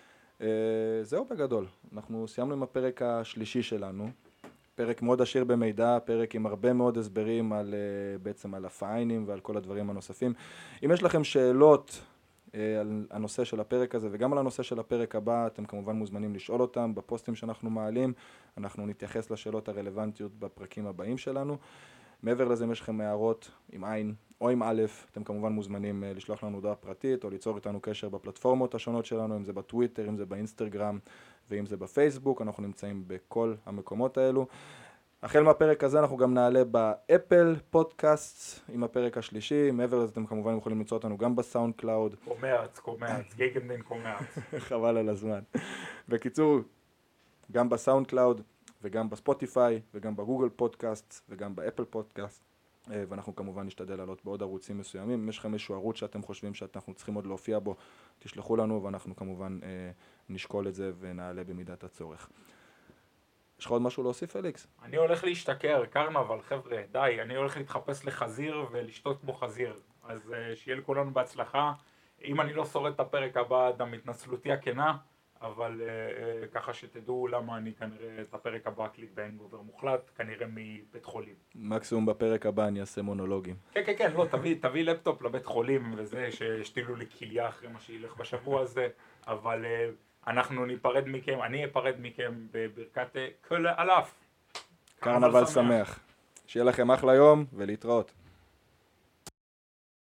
זהו בגדול. אנחנו סיימנו עם הפרק השלישי שלנו. פרק מאוד עשיר במידע, פרק עם הרבה מאוד הסברים על, בעצם על הפיינים ועל כל הדברים הנוספים. אם יש לכם שאלות על הנושא של הפרק הזה וגם על הנושא של הפרק הבא, אתם כמובן מוזמנים לשאול אותם בפוסטים שאנחנו מעלים. אנחנו נתייחס לשאלות הרלוונטיות בפרקים הבאים שלנו. מעבר לזה, אם יש לכם הערות עם עין או עם א', אתם כמובן מוזמנים לשלוח לנו הודעה פרטית או ליצור איתנו קשר בפלטפורמות השונות שלנו, אם זה בטוויטר, אם זה באינסטגרם ואם זה בפייסבוק. אנחנו נמצאים בכל המקומות האלו. החל מהפרק הזה אנחנו גם נעלה באפל פודקאסט עם הפרק השלישי. מעבר לזה אתם כמובן יכולים למצוא אותנו גם בסאונד קלאוד. קומרץ, קומרץ, גייגנדן קומרץ. חבל על הזמן. בקיצור, גם בסאונד קלאוד וגם בספוטיפיי וגם בגוגל פודקאסט וגם באפל פודקאסט. ואנחנו כמובן נשתדל לעלות בעוד ערוצים מסוימים. אם יש לכם איזשהו ערוץ שאתם חושבים שאנחנו צריכים עוד להופיע בו, תשלחו לנו ואנחנו כמובן נשקול את זה ונעלה במידת הצורך. יש לך עוד משהו להוסיף, אליקס? אני הולך להשתכר, קרנבל, חבר'ה, די, אני הולך להתחפש לחזיר ולשתות כמו חזיר. אז שיהיה לכולנו בהצלחה. אם אני לא שורד את הפרק הבא, גם התנצלותי הכנה, אבל uh, ככה שתדעו למה אני כנראה את הפרק הבא אקליט בהנגובר מוחלט, כנראה מבית חולים. מקסימום בפרק הבא אני אעשה מונולוגים. כן, כן, כן, לא, תביא, תביא לפטופ לבית חולים וזה, ששתילו לי כליה אחרי מה שילך בשבוע הזה, אבל uh, אנחנו ניפרד מכם, אני אפרד מכם בברכת כל אלף. קרנבל שמח. שיהיה לכם אחלה יום ולהתראות.